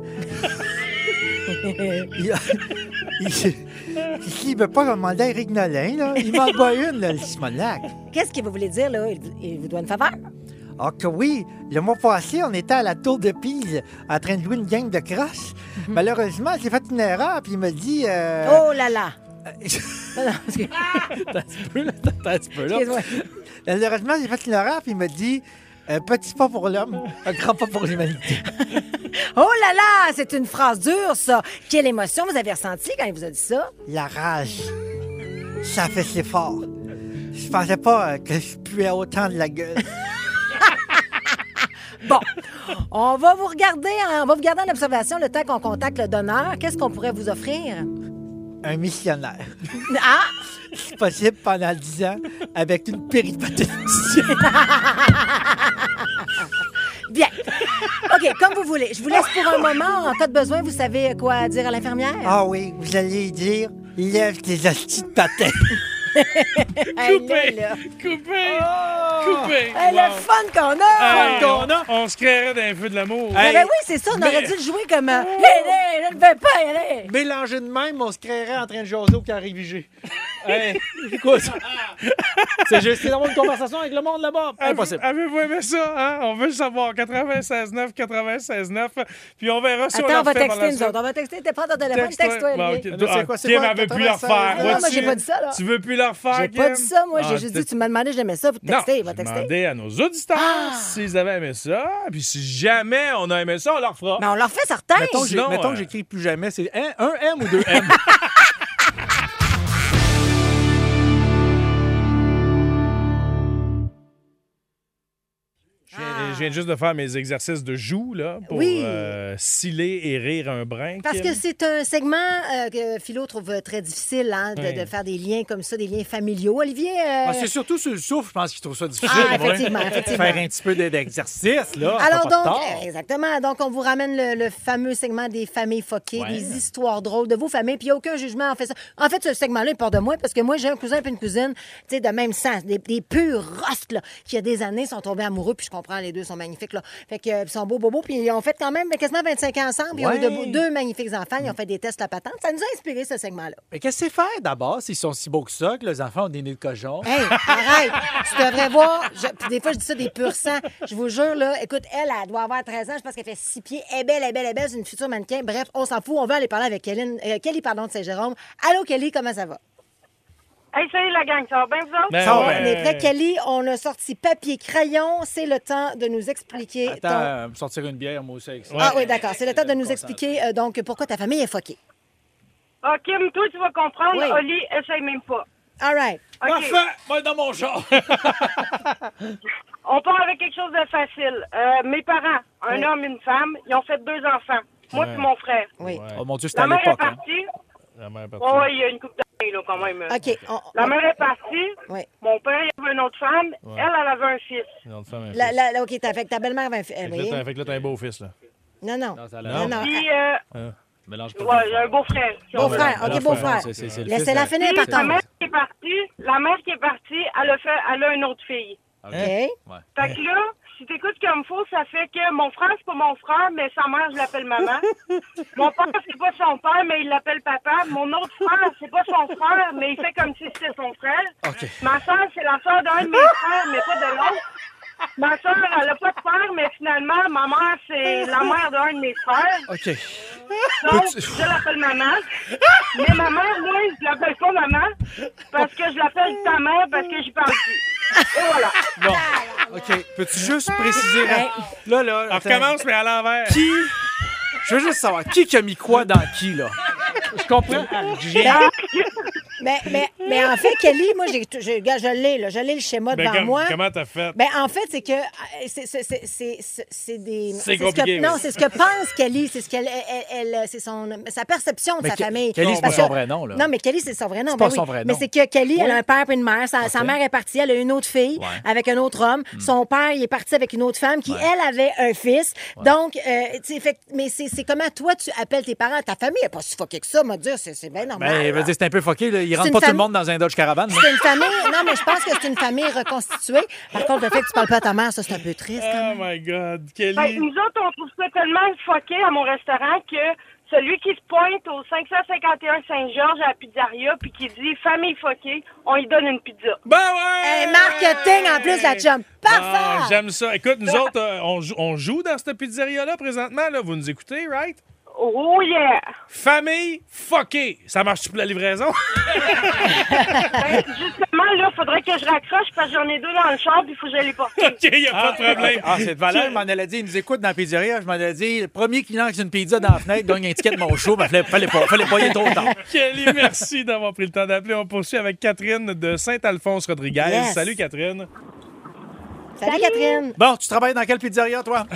il, il, S'il veut pas demander à Éric Nolin, là, il m'en bat une, là, le Simonac. Qu'est-ce que vous voulez dire, là? Il, il vous doit une faveur? Ah que oui, le mois passé, on était à la Tour de Pise en train de jouer une game de crosse. Malheureusement, j'ai fait une erreur, puis il m'a dit... euh, Oh là là! Non, non, excuse- Attends un petit peu, là. Attends un petit peu, là. excuse-moi. Malheureusement, j'ai fait une erreur, puis il m'a dit... Un petit pas pour l'homme, un grand pas pour l'humanité. Oh là là! C'est une phrase dure, ça! Quelle émotion vous avez ressentie quand il vous a dit ça? La rage, ça fait si fort. Je pensais pas euh, que je puais autant de la gueule. Bon, on va vous regarder, en- on va vous garder en observation le temps qu'on contacte le donneur. Qu'est-ce qu'on pourrait vous offrir? Un missionnaire. Ah! C'est possible pendant dix ans avec une péripétie. Bien. OK, comme vous voulez. Je vous laisse pour un moment. En cas de besoin, vous savez quoi dire à l'infirmière? Ah oui, vous allez dire, lève tes astis de patin. Elle est là. Coupé! Oh! Coupé! Hey, le fun qu'on a! Hey, qu'on a. on, on se créerait d'un feu de l'amour. Ben, ben oui, c'est ça. On aurait mais- dû le jouer comme... euh, Hé, hé, je ne vais pas y aller. Mélangé de même, on se créerait en train de jaser au carré vigé. Hey, écoute, c'est juste c'est d'avoir une conversation avec le monde là-bas. Impossible. Avez- Avez-vous aimé ça? Hein? On veut le savoir. quatre-vingt-seize neuf, quatre-vingt-seize neuf. Puis on verra si on Attends, l'a on va fait par la texter, nous suite. autres. On va texter. T'es prends ton téléphone, Texte-toi. texte-toi, Bon, Olivier. ok. Là, c'est Ah, quoi, c'est Kim quoi, avait pu le refaire. quatre-vingt-seize? Non, moi, Vois-tu? j'ai pas dit ça, là. Tu veux plus le refaire, J'ai pas Kim? dit ça, moi. Ah, J'ai juste t'es- dit, tu m'as demandé, j'aimais ça. Faut texter, non, il va j'ai texter. demandé à nos auditeurs Ah! s'ils avaient aimé ça. Puis si jamais on a aimé ça, on leur fera. Mais on leur fait certain. Mettons que j'ai- Sinon, mettons euh, que j'écris plus jamais, c'est un, un M ou deux M? Je viens, je viens juste de faire mes exercices de joue là, pour Oui. euh, sciller et rire un brin. Parce Kim. que c'est un segment euh, que Philo trouve très difficile hein, de, Oui. de faire des liens comme ça, des liens familiaux. Olivier, euh, Ah, c'est surtout sur le souffle, je pense qu'il trouve ça difficile. Ah, pour vrai. effectivement, effectivement. Faire un petit peu d'exercice, là. alors ça fait pas de donc, tort. euh, exactement. Donc, on vous ramène le, le fameux segment des familles foquées, Ouais. des histoires drôles de vos familles. Puis il n'y a aucun jugement en fait ça. En fait, ce segment-là, il part de moi parce que moi, j'ai un cousin et une cousine, tu sais, de même sens, des, des purs rostes, là, qui, il y a des années, sont tombés amoureux. Puis je comprends, les deux sont magnifiques, là. Fait que, euh, ils sont beaux, beaux, beaux. Puis ils ont fait quand même quasiment vingt-cinq ans ensemble. Ils ont eu de Ouais. beaux- deux magnifiques enfants. Ils ont fait des tests à patente. Ça nous a inspiré, ce segment-là. Mais qu'est-ce que c'est faire d'abord s'ils sont si beaux que ça, que les enfants ont des nez de cochon? Hey, arrête! Tu devrais voir. je- puis des fois, je dis ça des purs sang. Je vous jure, là, écoute, elle, elle doit avoir treize ans. Je pense qu'elle fait six pieds. Elle est belle, elle est belle, elle est belle. C'est une future mannequin. Bref, on s'en fout. On veut aller parler avec Kelly, euh, Kelly pardon, de Saint-Jérôme. Allô, Kelly, comment ça va? Hey, salut la gang, ça va bien vous autres? Ben Ça va, ouais. on est prêts, Kelly. On a sorti papier, crayon. C'est le temps de nous expliquer. Attends, ton- euh, me sortir une bière, moi aussi, avec ça. Ah oui, d'accord. C'est le temps de nous expliquer euh, donc pourquoi ta famille est foquée. Ah, Kim, toi, tu vas comprendre. Oui. Oli, essaye même pas. All right. OK. Parfait! Va dans mon char! On part avec quelque chose de facile. Euh, mes parents, un Oui. homme et une femme, ils ont fait deux enfants. Moi Ouais. et mon frère. Oui. Ouais. Oh mon Dieu, c'était La à mère est l'époque. hein. partie. La mère est partie. Oh, il y a une couple là, quand même. OK. On, La on- mère est partie. Oui. Mon père, il avait une autre femme. Ouais. Elle, elle avait un fils. Une autre femme, un La, fils. la, la- OK, t'as fait que ta belle-mère avait un fi- eh, Fait que oui. là, t'as- fait que là, t'as un beau fils, là. Non, non. Non, ça a Non. l'air. Non, non. Puis, euh, Hein? Mélange pas. ouais, j'ai un beau-frère. si on veut. Beau-frère, OK, Beau-frère, beau-frère. c'est- c'est- c'est le Laissez-la fils, finir, Puis, par la mère contre. qui est partie, la mère qui est partie, elle a, fait, elle a une autre fille. OK. Fait que là, si t'écoutes comme il faut, ça fait que mon frère, c'est pas mon frère, mais sa mère, je l'appelle maman. Mon père, c'est pas son père, mais il l'appelle papa. Mon autre frère, c'est pas son frère, mais il fait comme si c'était son frère. OK. Ma soeur, c'est la soeur d'un de mes frères, mais pas de l'autre. Ma soeur, elle a pas de père, mais finalement, ma mère, c'est la mère d'un de mes frères. OK. Donc, je l'appelle maman. Mais ma mère, moi, je l'appelle pas maman parce que je l'appelle ta mère parce que j'y parle plus. Et voilà. Bon. OK. Peux-tu juste préciser? Là, là. On attends. recommence, mais à l'envers. Qui. Je veux juste savoir, qui qui a mis quoi dans qui, là? Je comprends. J'ai- Mais, mais, mais en fait, Kelly, moi, j'ai, je, regarde, je l'ai, là. Je l'ai le schéma Ben, devant comme- moi. comment t'as fait? Ben, en fait, c'est que euh, c'est, c'est, c'est, c'est, c'est- c'est des. C'est ce compliqué, que, Non, oui. c'est ce que pense Kelly. C'est ce qu'elle, elle, elle- c'est son, sa perception de Mais sa Ke- famille. Kelly, c'est pas Parce son que- vrai nom, là. Non, mais Kelly, c'est son vrai nom. C'est ben pas oui. son vrai Mais nom. c'est que Kelly, elle a Oui. un père et une mère. Sa, sa Ok. mère est partie, elle a une autre fille Ouais. avec un autre homme. Son père, il est parti avec une autre femme qui, elle, avait un fils. Donc, euh, tu sais, fait, mais c'est, c'est comment toi, tu appelles tes parents. Ta famille n'est pas si fuckée que ça, m'a dire. C'est, c'est bien normal. Ben, là. veut dire, c'est un peu fucké, là. Il C'est rentre une pas tout le fam- monde dans un Dodge Caravan, là. C'est une famille. Non, mais je pense que c'est une famille reconstituée. Par contre, le fait que tu parles pas à ta mère, ça, c'est un peu triste. Quand Oh même. my God, Ben, Kelly. nous autres, on trouve ça tellement fucké à mon restaurant que celui qui se pointe au cinq cent cinquante et un Saint-Georges à la pizzeria puis qui dit famille fuckée, on lui donne une pizza. Ben ouais! Hey, marketing en plus, la chum. Ah, Parfait! j'aime ça. Écoute, nous autres, euh, on, joue, on joue dans cette pizzeria-là présentement. Là. Vous nous écoutez, right? Oh yeah! Famille fuckée. Ça marche-tu pour la livraison? Ben, justement, là, faudrait que je raccroche parce que j'en ai deux dans le char puis il faut que je les porte. OK, y a pas de problème. Ah, c'est de valeur. Je m'en allais dire, il nous écoute dans la pizzeria. Je m'en allais dire, le premier qui lance une pizza dans la fenêtre gagne un ticket de mon show. Mais fallait, fallait pas, fallait pas y être trop tard. Kelly, merci d'avoir pris le temps d'appeler. On poursuit avec Catherine de Saint-Alphonse-Rodriguez. Yes. Salut, Catherine. Salut, Catherine. Bon, tu travailles dans quelle pizzeria, toi?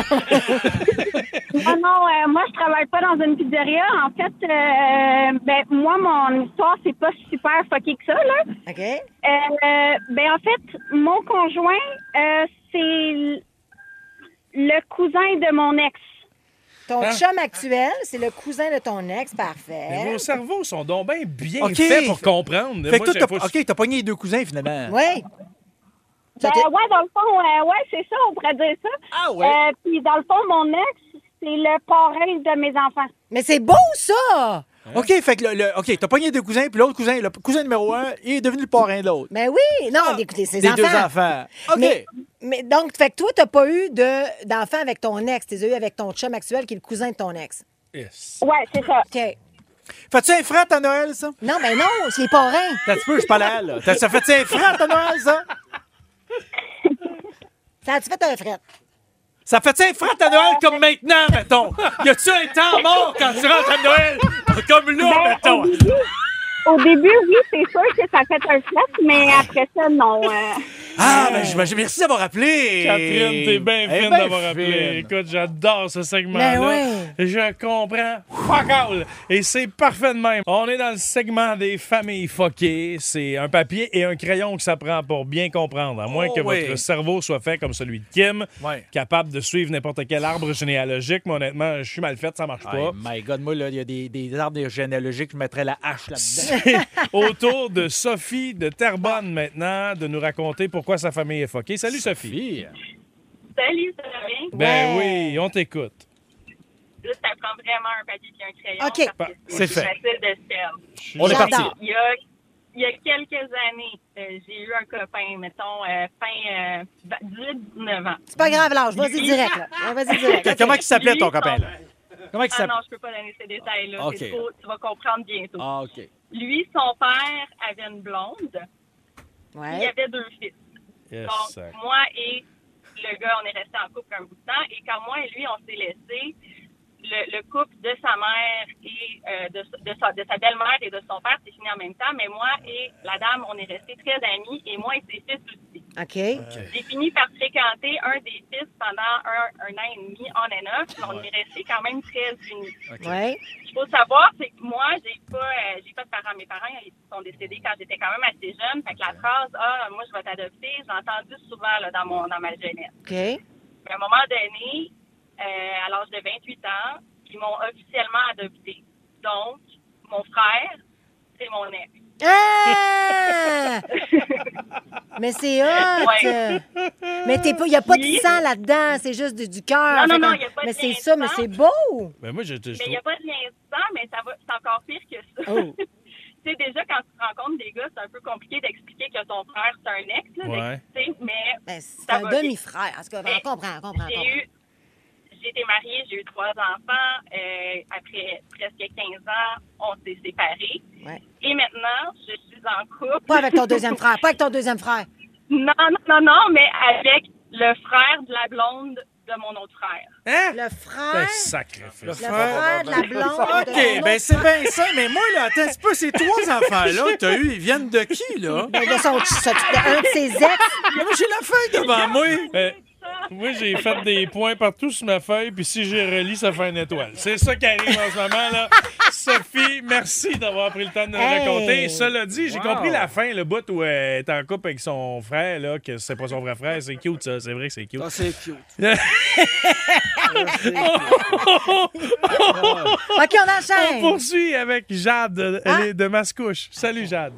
Ah non, euh, moi, je travaille pas dans une pizzeria. En fait, euh, ben, moi, mon histoire, c'est pas super fucké que ça, là. OK. Euh, ben, en fait, mon conjoint, euh, c'est l- le cousin de mon ex. Ton Hein? chum actuel, c'est le cousin de ton ex. Mais Parfait. vos cerveaux sont donc bien, bien OK. faits pour comprendre. Fait que Moi, toi, j'ai t'as, pas- OK, t'as pogné les deux cousins, finalement. Oui. Ben, ouais, dans le fond, euh, ouais, c'est ça, on pourrait dire ça. Ah ouais? Euh, puis, dans le fond, mon ex, c'est le parrain de mes enfants. Mais c'est beau, ça! OK, fait que le, le- OK, t'as pogné deux cousins, puis l'autre cousin, le cousin numéro un, il est devenu le parrain de l'autre. Mais oui! Non, écoutez, ses Des enfants. deux enfants. OK. Mais, mais donc, fait que toi, t'as pas eu de, d'enfant avec ton ex. T'as eu avec ton chum actuel qui est le cousin de ton ex. Yes. Ouais, c'est ça. OK. Fais-tu un frat à Noël, ça? Non, ben non, c'est les parrains. T'as un petit peu, je parle à elle, là. T'as- Ça fait-tu un frat à Noël, ça? Ça a-tu fait un fret? Ça fait-tu un frat à Noël comme maintenant, mettons? Y a-tu un temps mort quand tu rentres à Noël? Comme là, Ben, mettons. au début, au début, oui, c'est sûr que ça fait un flat, mais après ça, non. euh. Ah, ben, j'imagine. Merci d'avoir appelé. Catherine, t'es bien Elle est fine bien d'avoir appelé. fine. Écoute, j'adore ce segment-là. Ben ouais. Je comprends. Fuck all. Et c'est parfait de même. On est dans le segment des familles fuckées. C'est un papier et un crayon que ça prend pour bien comprendre. À moins Oh que oui. votre cerveau soit fait comme celui de Kim, Ouais. capable de suivre n'importe quel arbre généalogique. Mais honnêtement, je suis mal fait, ça marche Oh pas. my God, moi, là, il y a des, des arbres généalogiques, je mettrais la hache là-dedans. Autour de Sophie de Terrebonne maintenant, de nous raconter pourquoi sa famille est fuckée. Salut Sophie. Fille. Salut, ça va bien? Ben Ouais. oui, on t'écoute. Là, ça prend vraiment un papier et un crayon. OK. parce que C'est fait. facile de se perdre. On est J'adore. parti. Il y a, il y a quelques années, euh, j'ai eu un copain, mettons, euh, fin euh, dix-huit dix-neuf ans. C'est pas grave, l'âge. Vas-y direct, là. Ouais, vas-y direct. Comment il s'appelait ton Lui, copain, son- là? Comment il Ah s'appelait? non, je peux pas donner ces détails-là. OK. C'est trop- tu vas comprendre bientôt. Ah, OK. Lui, son père avait une blonde. Il Ouais. avait deux fils. Yes, Donc, sir. moi et le gars, on est restés en couple un bout de temps. Et quand moi et lui, on s'est laissés, le, le couple de sa mère et euh, de, de sa, de sa belle-mère et de son père s'est fini en même temps. Mais moi et la dame, on est restés très amis. Et moi et ses fils aussi. OK. J'ai fini par fréquenter un des fils pendant un, un an et demi on and off. On est restés quand même très unis. Okay. Ouais. Ce qu'il faut savoir, c'est que moi, j'ai pas, euh, j'ai pas de parents. Mes parents, ils sont décédés quand j'étais quand même assez jeune. Fait que la phrase, ah, moi, je vais t'adopter, je l'ai entendue souvent là, dans, mon, dans ma jeunesse. OK. À un moment donné, euh, à l'âge de vingt-huit ans, ils m'ont officiellement adopté. Donc, mon frère, c'est mon ex. Ah! Mais c'est hot! Ouais. Mais il n'y a pas Oui. de sang là-dedans, c'est juste du, du cœur. Non, non, Fait non, qu'on- il n'y a pas Mais de c'est lien ça, de mais sang. c'est beau! Ben moi, je, je, je Mais il n'y a trouve- pas de lien de sang, mais ça va, c'est encore pire que ça. Oh. Tu sais, déjà, quand tu rencontres des gars, c'est un peu compliqué d'expliquer que ton frère, c'est un ex, là, Ouais. tu sais, mais Ben, c'est ça un va bien. demi-frère. En tout cas, on comprend, on comprend. on J'ai comprend. eu, j'ai été mariée, j'ai eu trois enfants. Euh, après presque quinze ans, on s'est séparés. Ouais. Et maintenant, je suis en couple. Pas avec ton deuxième frère, pas avec ton deuxième frère. Non, non, non, non, mais avec le frère de la blonde de mon autre frère. Hein? Le Ben, frère, sacrifice. le frère de la blonde. OK, de ton ben autre c'est frère. bien ça, mais moi, là, attends, c'est pas ces trois enfants-là que t'as eu, ils viennent de qui, là? Ben, de son, ça- de un de ses ex. Mais moi, j'ai la feuille devant moi. Ben, moi, j'ai fait des points partout sur ma feuille, puis si j'ai relis, ça fait une étoile. C'est ça qui arrive en ce moment, là. Sophie, merci d'avoir pris le temps de nous Hey! raconter. Cela dit, j'ai Wow. compris la fin, le bout où elle est en couple avec son frère, là, que c'est pas son vrai frère. C'est cute, ça. C'est vrai que c'est cute. Ah, c'est cute. OK, on On enchaîne. poursuit avec Jade. Elle Ah. est de Mascouche. Salut, Jade.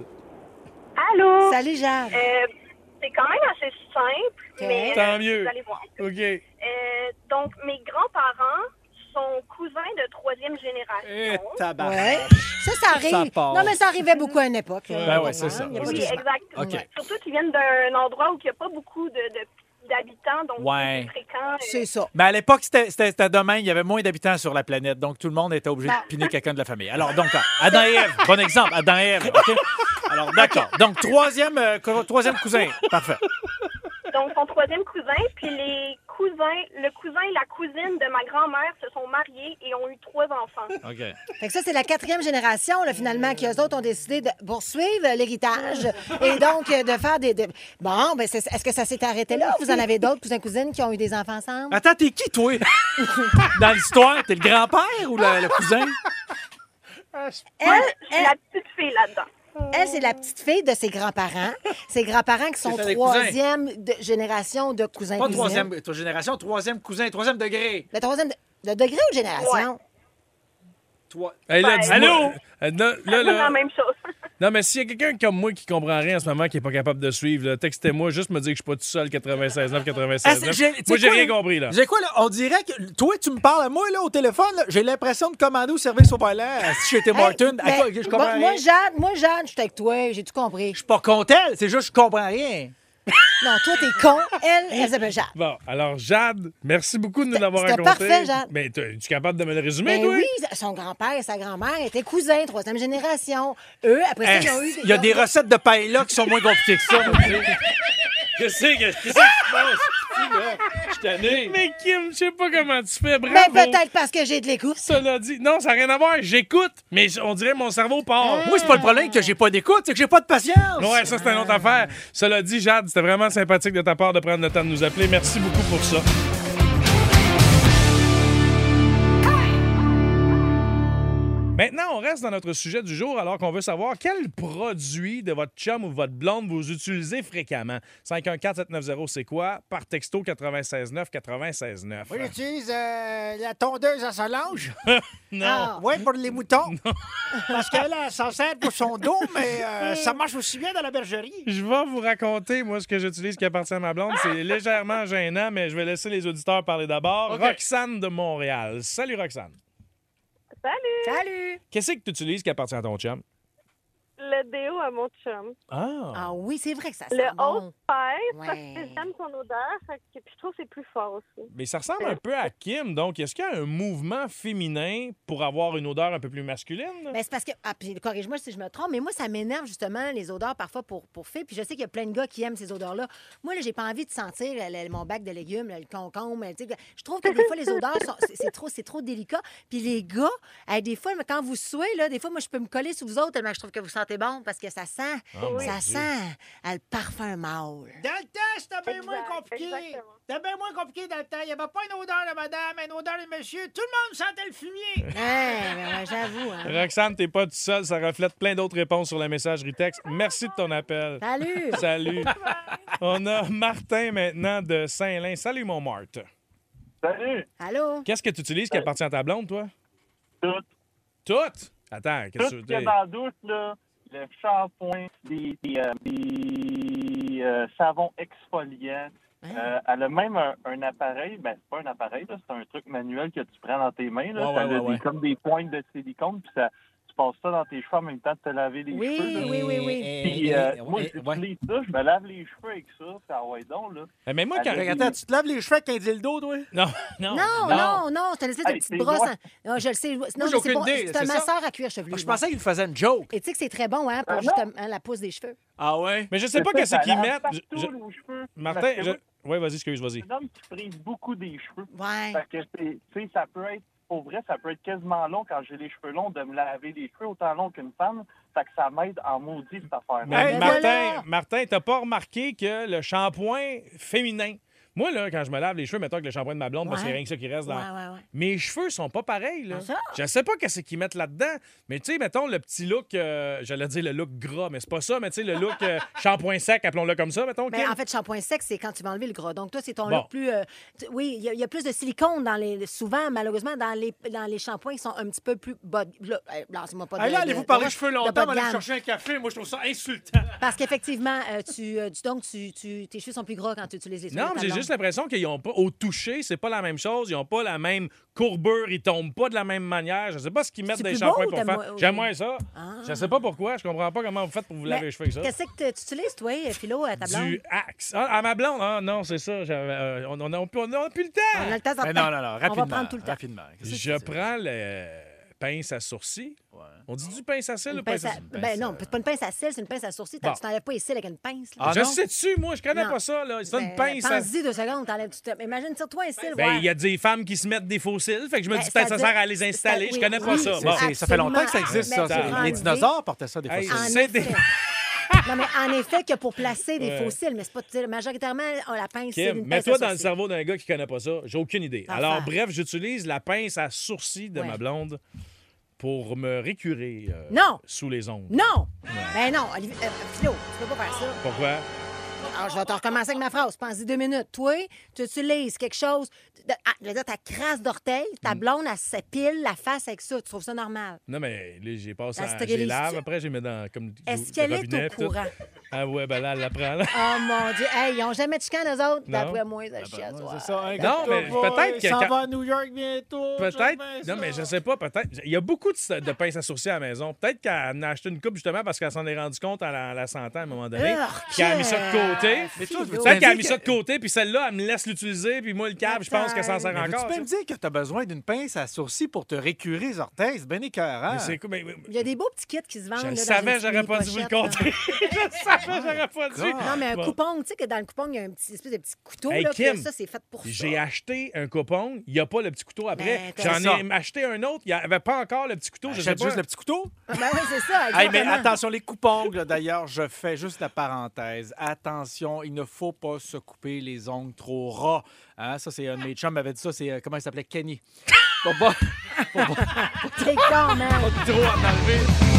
Allô? Salut, Jade. Euh, c'est quand même assez simple, Ok. mais Tant euh, mieux. vous allez voir. OK. Euh, donc, mes grands-parents sont cousins de troisième Eh, génération. tabarnak. Ouais. Ça, ça arrive. Ça part. Non, mais ça arrivait beaucoup à une époque. là. Ben On ouais, c'est comprend. ça. Il y a pas Oui, de- exactement. OK. Surtout qu'ils viennent d'un endroit où il n'y a pas beaucoup de, de- d'habitants, donc Ouais. c'est fréquent. euh, C'est ça. Mais à l'époque, c'était c'était- c'était demain, il y avait moins d'habitants sur la planète, donc tout le monde était obligé de piner quelqu'un de la famille. Alors, donc, Adam et Ève, bon exemple, Adam et Ève, OK? Alors, d'accord. Donc, troisième, euh, co- troisième cousin, parfait. Donc, son troisième cousin, puis les cousins, le cousin et la cousine de ma grand-mère se sont mariés et ont eu trois enfants. OK. Fait que ça, c'est la quatrième génération, là, finalement, qui, eux autres, ont décidé de poursuivre euh, l'héritage et donc euh, de faire des... des- Bon, ben, c'est- est-ce que ça s'est arrêté là? Vous en avez d'autres cousins-cousines qui ont eu des enfants ensemble? Attends, t'es qui, toi? Dans l'histoire, t'es le grand-père ou le, le cousin? Elle, Je suis la petite fille là-dedans. elle, c'est la petite fille de ses grands-parents. Ses grands-parents qui sont C'était des cousins. troisième de- génération de cousins Pas cousines. troisième toi, génération, troisième cousin, troisième degré. Le troisième de, de degré ou de génération? Toi. Hey, là, Ben, dis-moi- allô? Euh, là, là, C'est là- la même chose. Non, mais s'il y a quelqu'un comme moi qui comprend rien en ce moment, qui n'est pas capable de suivre, là, textez-moi, juste me dire que je suis pas tout seul, quatre-vingt-seize neuf, Ah, quatre-vingt-seize c'est- neuf. j'ai- tu sais Moi, j'ai quoi, rien là? compris, là. J'ai quoi, là? On dirait que toi, tu me parles à moi, là, au téléphone, là. J'ai l'impression de commander au service au volant si j'étais Martin. Hey, À quoi, ben, je comprends moi, rien. moi, Jade, moi, Jade, je suis avec toi. J'ai tout compris. Je suis pas contre elle, c'est juste que je comprends rien. Non, toi, t'es con. Elle, elle s'appelle Jade. Bon, alors, Jade, merci beaucoup de nous l'avoir c'était raconté. parfait, Jade. Mais tu es capable de me le résumer, Ben toi? oui, son grand-père et sa grand-mère étaient cousins, troisième génération. Eux, après ça, Hein, ils ont eu... Il y a des recettes de paella qui sont moins compliquées que ça. Je sais que c'est ça qui se passe. là. Je suis tanné. Mais Kim, je sais pas comment tu fais. Bravo. Ben, peut-être parce que j'ai de l'écoute. Cela dit, non, ça n'a rien à voir. J'écoute, mais on dirait mon cerveau part. Moi, c'est pas le problème que j'ai pas d'écoute, c'est que j'ai pas de patience. Ouais, ça, c'est une autre affaire. Cela dit, Jade, c'était vraiment sympathique de ta part de prendre le temps de nous appeler. Merci beaucoup pour ça. Maintenant, on reste dans notre sujet du jour alors qu'on veut savoir quel produit de votre chum ou votre blonde vous utilisez fréquemment. cinq un quatre sept neuf zéro, c'est quoi? Par texto quatre-vingt-seize neuf quatre-vingt-seize neuf. Moi, j'utilise euh, la tondeuse à Solange. Non. Ah, oui, pour les moutons. Parce qu'elle est censée être pour son dos, mais euh, ça marche aussi bien dans la bergerie. Je vais vous raconter, moi, ce que j'utilise qui appartient à ma blonde. C'est légèrement gênant, mais je vais laisser les auditeurs parler d'abord. OK. Roxane de Montréal. Salut, Roxane. Salut! Salut! Qu'est-ce que tu utilises qui appartient à ton chum? Le déo à mon chum. Ah! Ah oui, c'est vrai que ça sent Le bon. Old Spice, parce Ouais. que j'aime son odeur, fait que- puis je trouve que c'est plus fort aussi. Mais ça ressemble un peu à Kim, donc est-ce qu'il y a un mouvement féminin pour avoir une odeur un peu plus masculine? Ben, c'est parce que, ah, puis corrige-moi si je me trompe, mais moi, ça m'énerve justement les odeurs parfois pour, pour filles. Puis je sais qu'il y a plein de gars qui aiment ces odeurs-là. Moi, là, j'ai pas envie de sentir le- le- mon bac de légumes, le concombre. tu sais. Je trouve que des fois, les odeurs, sont- c'est c'est trop, c'est trop délicat. Puis les gars, hey, des fois, quand vous suez, là, des fois, moi, je peux me coller sur vous autres tellement que je trouve que vous sentez sentait bon parce que ça sent, Oh, mon ça Dieu. sent euh, le parfum mâle. Dans le temps, c'était bien moins Exact, compliqué. exactement. C'était bien moins compliqué dans le temps. Il n'y avait pas une odeur de madame, une odeur de monsieur. Tout le monde sentait le fumier. Ouais, ben ouais, j'avoue. Hein. Roxane, t'es pas tout seul. Ça reflète plein d'autres réponses sur la messagerie texte. Merci de ton appel. Salut! Salut. On a Martin maintenant de Saint-Lin. Salut, mon Marthe. Salut! Allô? Qu'est-ce que tu utilises qui appartient à ta blonde, toi? Tout. Tout? Attends, Tout qu'est-ce ce que tu qu'il y a dans la douche, là, le shampoing, des, des, euh, des euh, savons exfoliants. Euh, elle a même un, un appareil, ben c'est pas un appareil, là, c'est un truc manuel que tu prends dans tes mains. Là, Ouais, ça ouais, a ouais, des, ouais. comme des pointes de silicone, puis ça, tu passes ça dans tes cheveux en même temps de te laver les Oui, cheveux. là. oui, oui, oui. Puis, Eh, euh, eh, moi, eh, j'utilise ça, je me lave les cheveux avec ça, puis ah ouais donc, là. Eh, Mais moi, quand... Elle a Attends, tu te laves les cheveux avec un dildo, toi? Non, non. Non, non, non, c'est une espèce de Hey, petite c'est brosse. moi. en- Non, je le sais. Non, j'ai mais c'est aucune bon. idée, C'est un c'est ça? masseur à cuir chevelu. Je pensais qu'il faisait une joke. Et tu sais que c'est très bon, hein, pour Ah, non. justement la pousse des cheveux. Ah ouais? Mais je sais pas C'est qu'est-ce ça, qu'ils ça lave mettent. partout, Je- je- les cheveux. Martin, Parce que je... moi, Oui, vas-y, excuse, vas-y. un homme qui frise beaucoup des cheveux. Ouais. Fait que c'est, tu sais, ça peut être, pour vrai, ça peut être quasiment long quand j'ai les cheveux longs de me laver les cheveux autant long qu'une femme. Fait que ça m'aide en maudit cette affaire-là. Mais Ben Martin, voilà. Martin, t'as pas remarqué que le shampoing féminin, moi, là, quand je me lave les cheveux, mettons avec le shampoing de ma blonde, parce Ouais. qu'il y a rien que ça qui reste dans. Ouais, ouais, ouais. Mes cheveux sont pas pareils, là. Ah, ça? Je sais pas qu'est-ce qu'ils mettent là-dedans, mais tu sais, mettons le petit look, euh, j'allais dire le look gras, mais c'est pas ça, mais tu sais, le look euh, shampoing sec, appelons-le comme ça, mettons. Mais Kim. en fait, shampoing sec, c'est quand tu vas enlever le gras. Donc, toi, c'est ton Bon. look plus. euh, tu- oui, il y, a- il y a plus de silicone dans les. Souvent, malheureusement, dans les, dans les shampoings qui sont un petit peu plus bas. de- Là, hey, lance-moi pas de. Ah, là, de- allez-vous de- parler de- cheveux de longtemps, bas de allez gamme. chercher un café. Moi, je trouve ça insultant. Parce qu'effectivement, euh, tu, euh, tu- donc, tu, tu- tes cheveux sont plus gras quand tu utilises les cheveux. Non, de ta mais j'ai blonde. juste l'impression qu'ils ont pas, au toucher, c'est pas la même chose, ils ont pas la même courbure, ils tombent pas de la même manière. Je sais pas ce qu'ils mettent C'est dans les plus shampoings beau ou pour t'aimes faire. moins- J'aime moins ça. Ah. Je sais pas pourquoi, je comprends pas comment vous faites pour vous laver Mais les cheveux avec ça. Qu'est-ce que tu utilises, toi, Philo, à ta blonde? Du Axe. Ah, à ma blonde? Ah, non, c'est ça. j'avais, euh, on n'a on, on a plus le temps. On a le temps, ça Mais te- non, non, non, On rapidement. va prendre tout le temps. Rapidement. Qu'est-ce que Je tu dis? prends le pince à sourcils. Ouais. On dit du pince à cils Une ou pince pince à à... cils? Ben non, c'est pas une pince à cils, c'est une pince à sourcils. Bon. Tu t'enlèves pas les cils avec une pince. Là. Ah, je non? sais dessus, moi, je connais Non. pas ça. là. C'est une Ben, pince à... Pense-y deux secondes, t'enlèves tout. Imagine, tire-toi un cil. Ben, il ouais. y a des femmes qui se mettent des faux cils, fait que je me Ben, dis peut-être ça c'est-à-dire- sert à les installer. c'est- Je connais oui, pas oui, ça. C'est- Bon. c'est- ça fait longtemps que ça existe, ça. Mais C'est- c'est Les enlevé. dinosaures portaient ça des Hey, fois. En c'est effet. des- Non, mais en effet, que pour placer des Ouais. fossiles, mais c'est pas. tu sais, majoritairement, on la pince, c'est Kim, une pince mets-toi à dans le sourcils. cerveau d'un gars qui connaît pas ça. J'ai aucune idée. Parfait. Alors, bref, j'utilise la pince à sourcils de Ouais. ma blonde pour me récurer euh, Non. sous les ongles. Non! Ben non, Olivier, euh, Philo, tu peux pas faire ça. Pourquoi? Alors, je vais te recommencer avec ma phrase. Pense-y deux minutes. Toi, tu utilises quelque chose. De, ah, je veux dire, ta crasse d'orteil, ta Mm. blonde, elle s'épile la face avec ça. Tu trouves ça normal? Non, mais là, j'ai passé La à... stérilise-tu? J'ai lave, après, j'ai mis dans comme Est-ce du- qu'elle le est robinet, au puis tout. courant? Ah ouais, ben là, elle l'apprend, là. Oh mon Dieu. Hey, ils ont jamais de chicane, eux autres. Non. D'après moi, ça chie à Ouais, soir. c'est ça, hein, Non, mais inquiète-toi pas, peut-être il que s'en quand- va à New York bientôt. Peut-être. j'aime bien Non, ça. mais je sais pas, peut-être. Il y a beaucoup de, de pinces à sourcils à la maison. Peut-être qu'elle en a acheté une coupe justement parce qu'elle s'en est rendue compte en la, en la sentant à un moment donné. Urk! Puis qu'elle a mis ça de côté. Mais toi, veux-tu Peut-être me qu'elle a dire mis que- ça de côté, puis celle-là, elle me laisse l'utiliser, puis moi, le câble, je pense qu'elle s'en sert Mais encore. veux-tu bien me dire que tu as besoin d'une pince à sourcils pour te récurer les orteils? C'est bien écœurant. Mais c'est quoi? Mais- mais- Il y a des beaux petits kits qui se vendent. Je là, le dans savais, une j'aurais mini pas dû vous le pochette, compter. Je le savais, j'aurais pas dû. là. Non, mais un Bon. coupon, tu sais que dans le coupon, il y a un petit espèce de petit couteau. Hey, là, Kim, que ça, c'est fait pour ça. J'ai acheté un coupon, il n'y a pas le petit couteau après. Ben, t'as J'en ça. ai acheté un autre, il n'y avait pas encore le petit couteau. Je sais Achète pas. juste le petit couteau. Ben oui, c'est ça. Hey, mais exactement. attention, les coupes-ongles, d'ailleurs, je fais juste la parenthèse. Attention, il ne faut pas se couper les ongles trop ras. Hein, ça, c'est un de mes chums m'avait dit ça. C'est, euh, comment il s'appelait? Kenny. Pour pas, pour pas, C'est con, man. pas trop en enlever.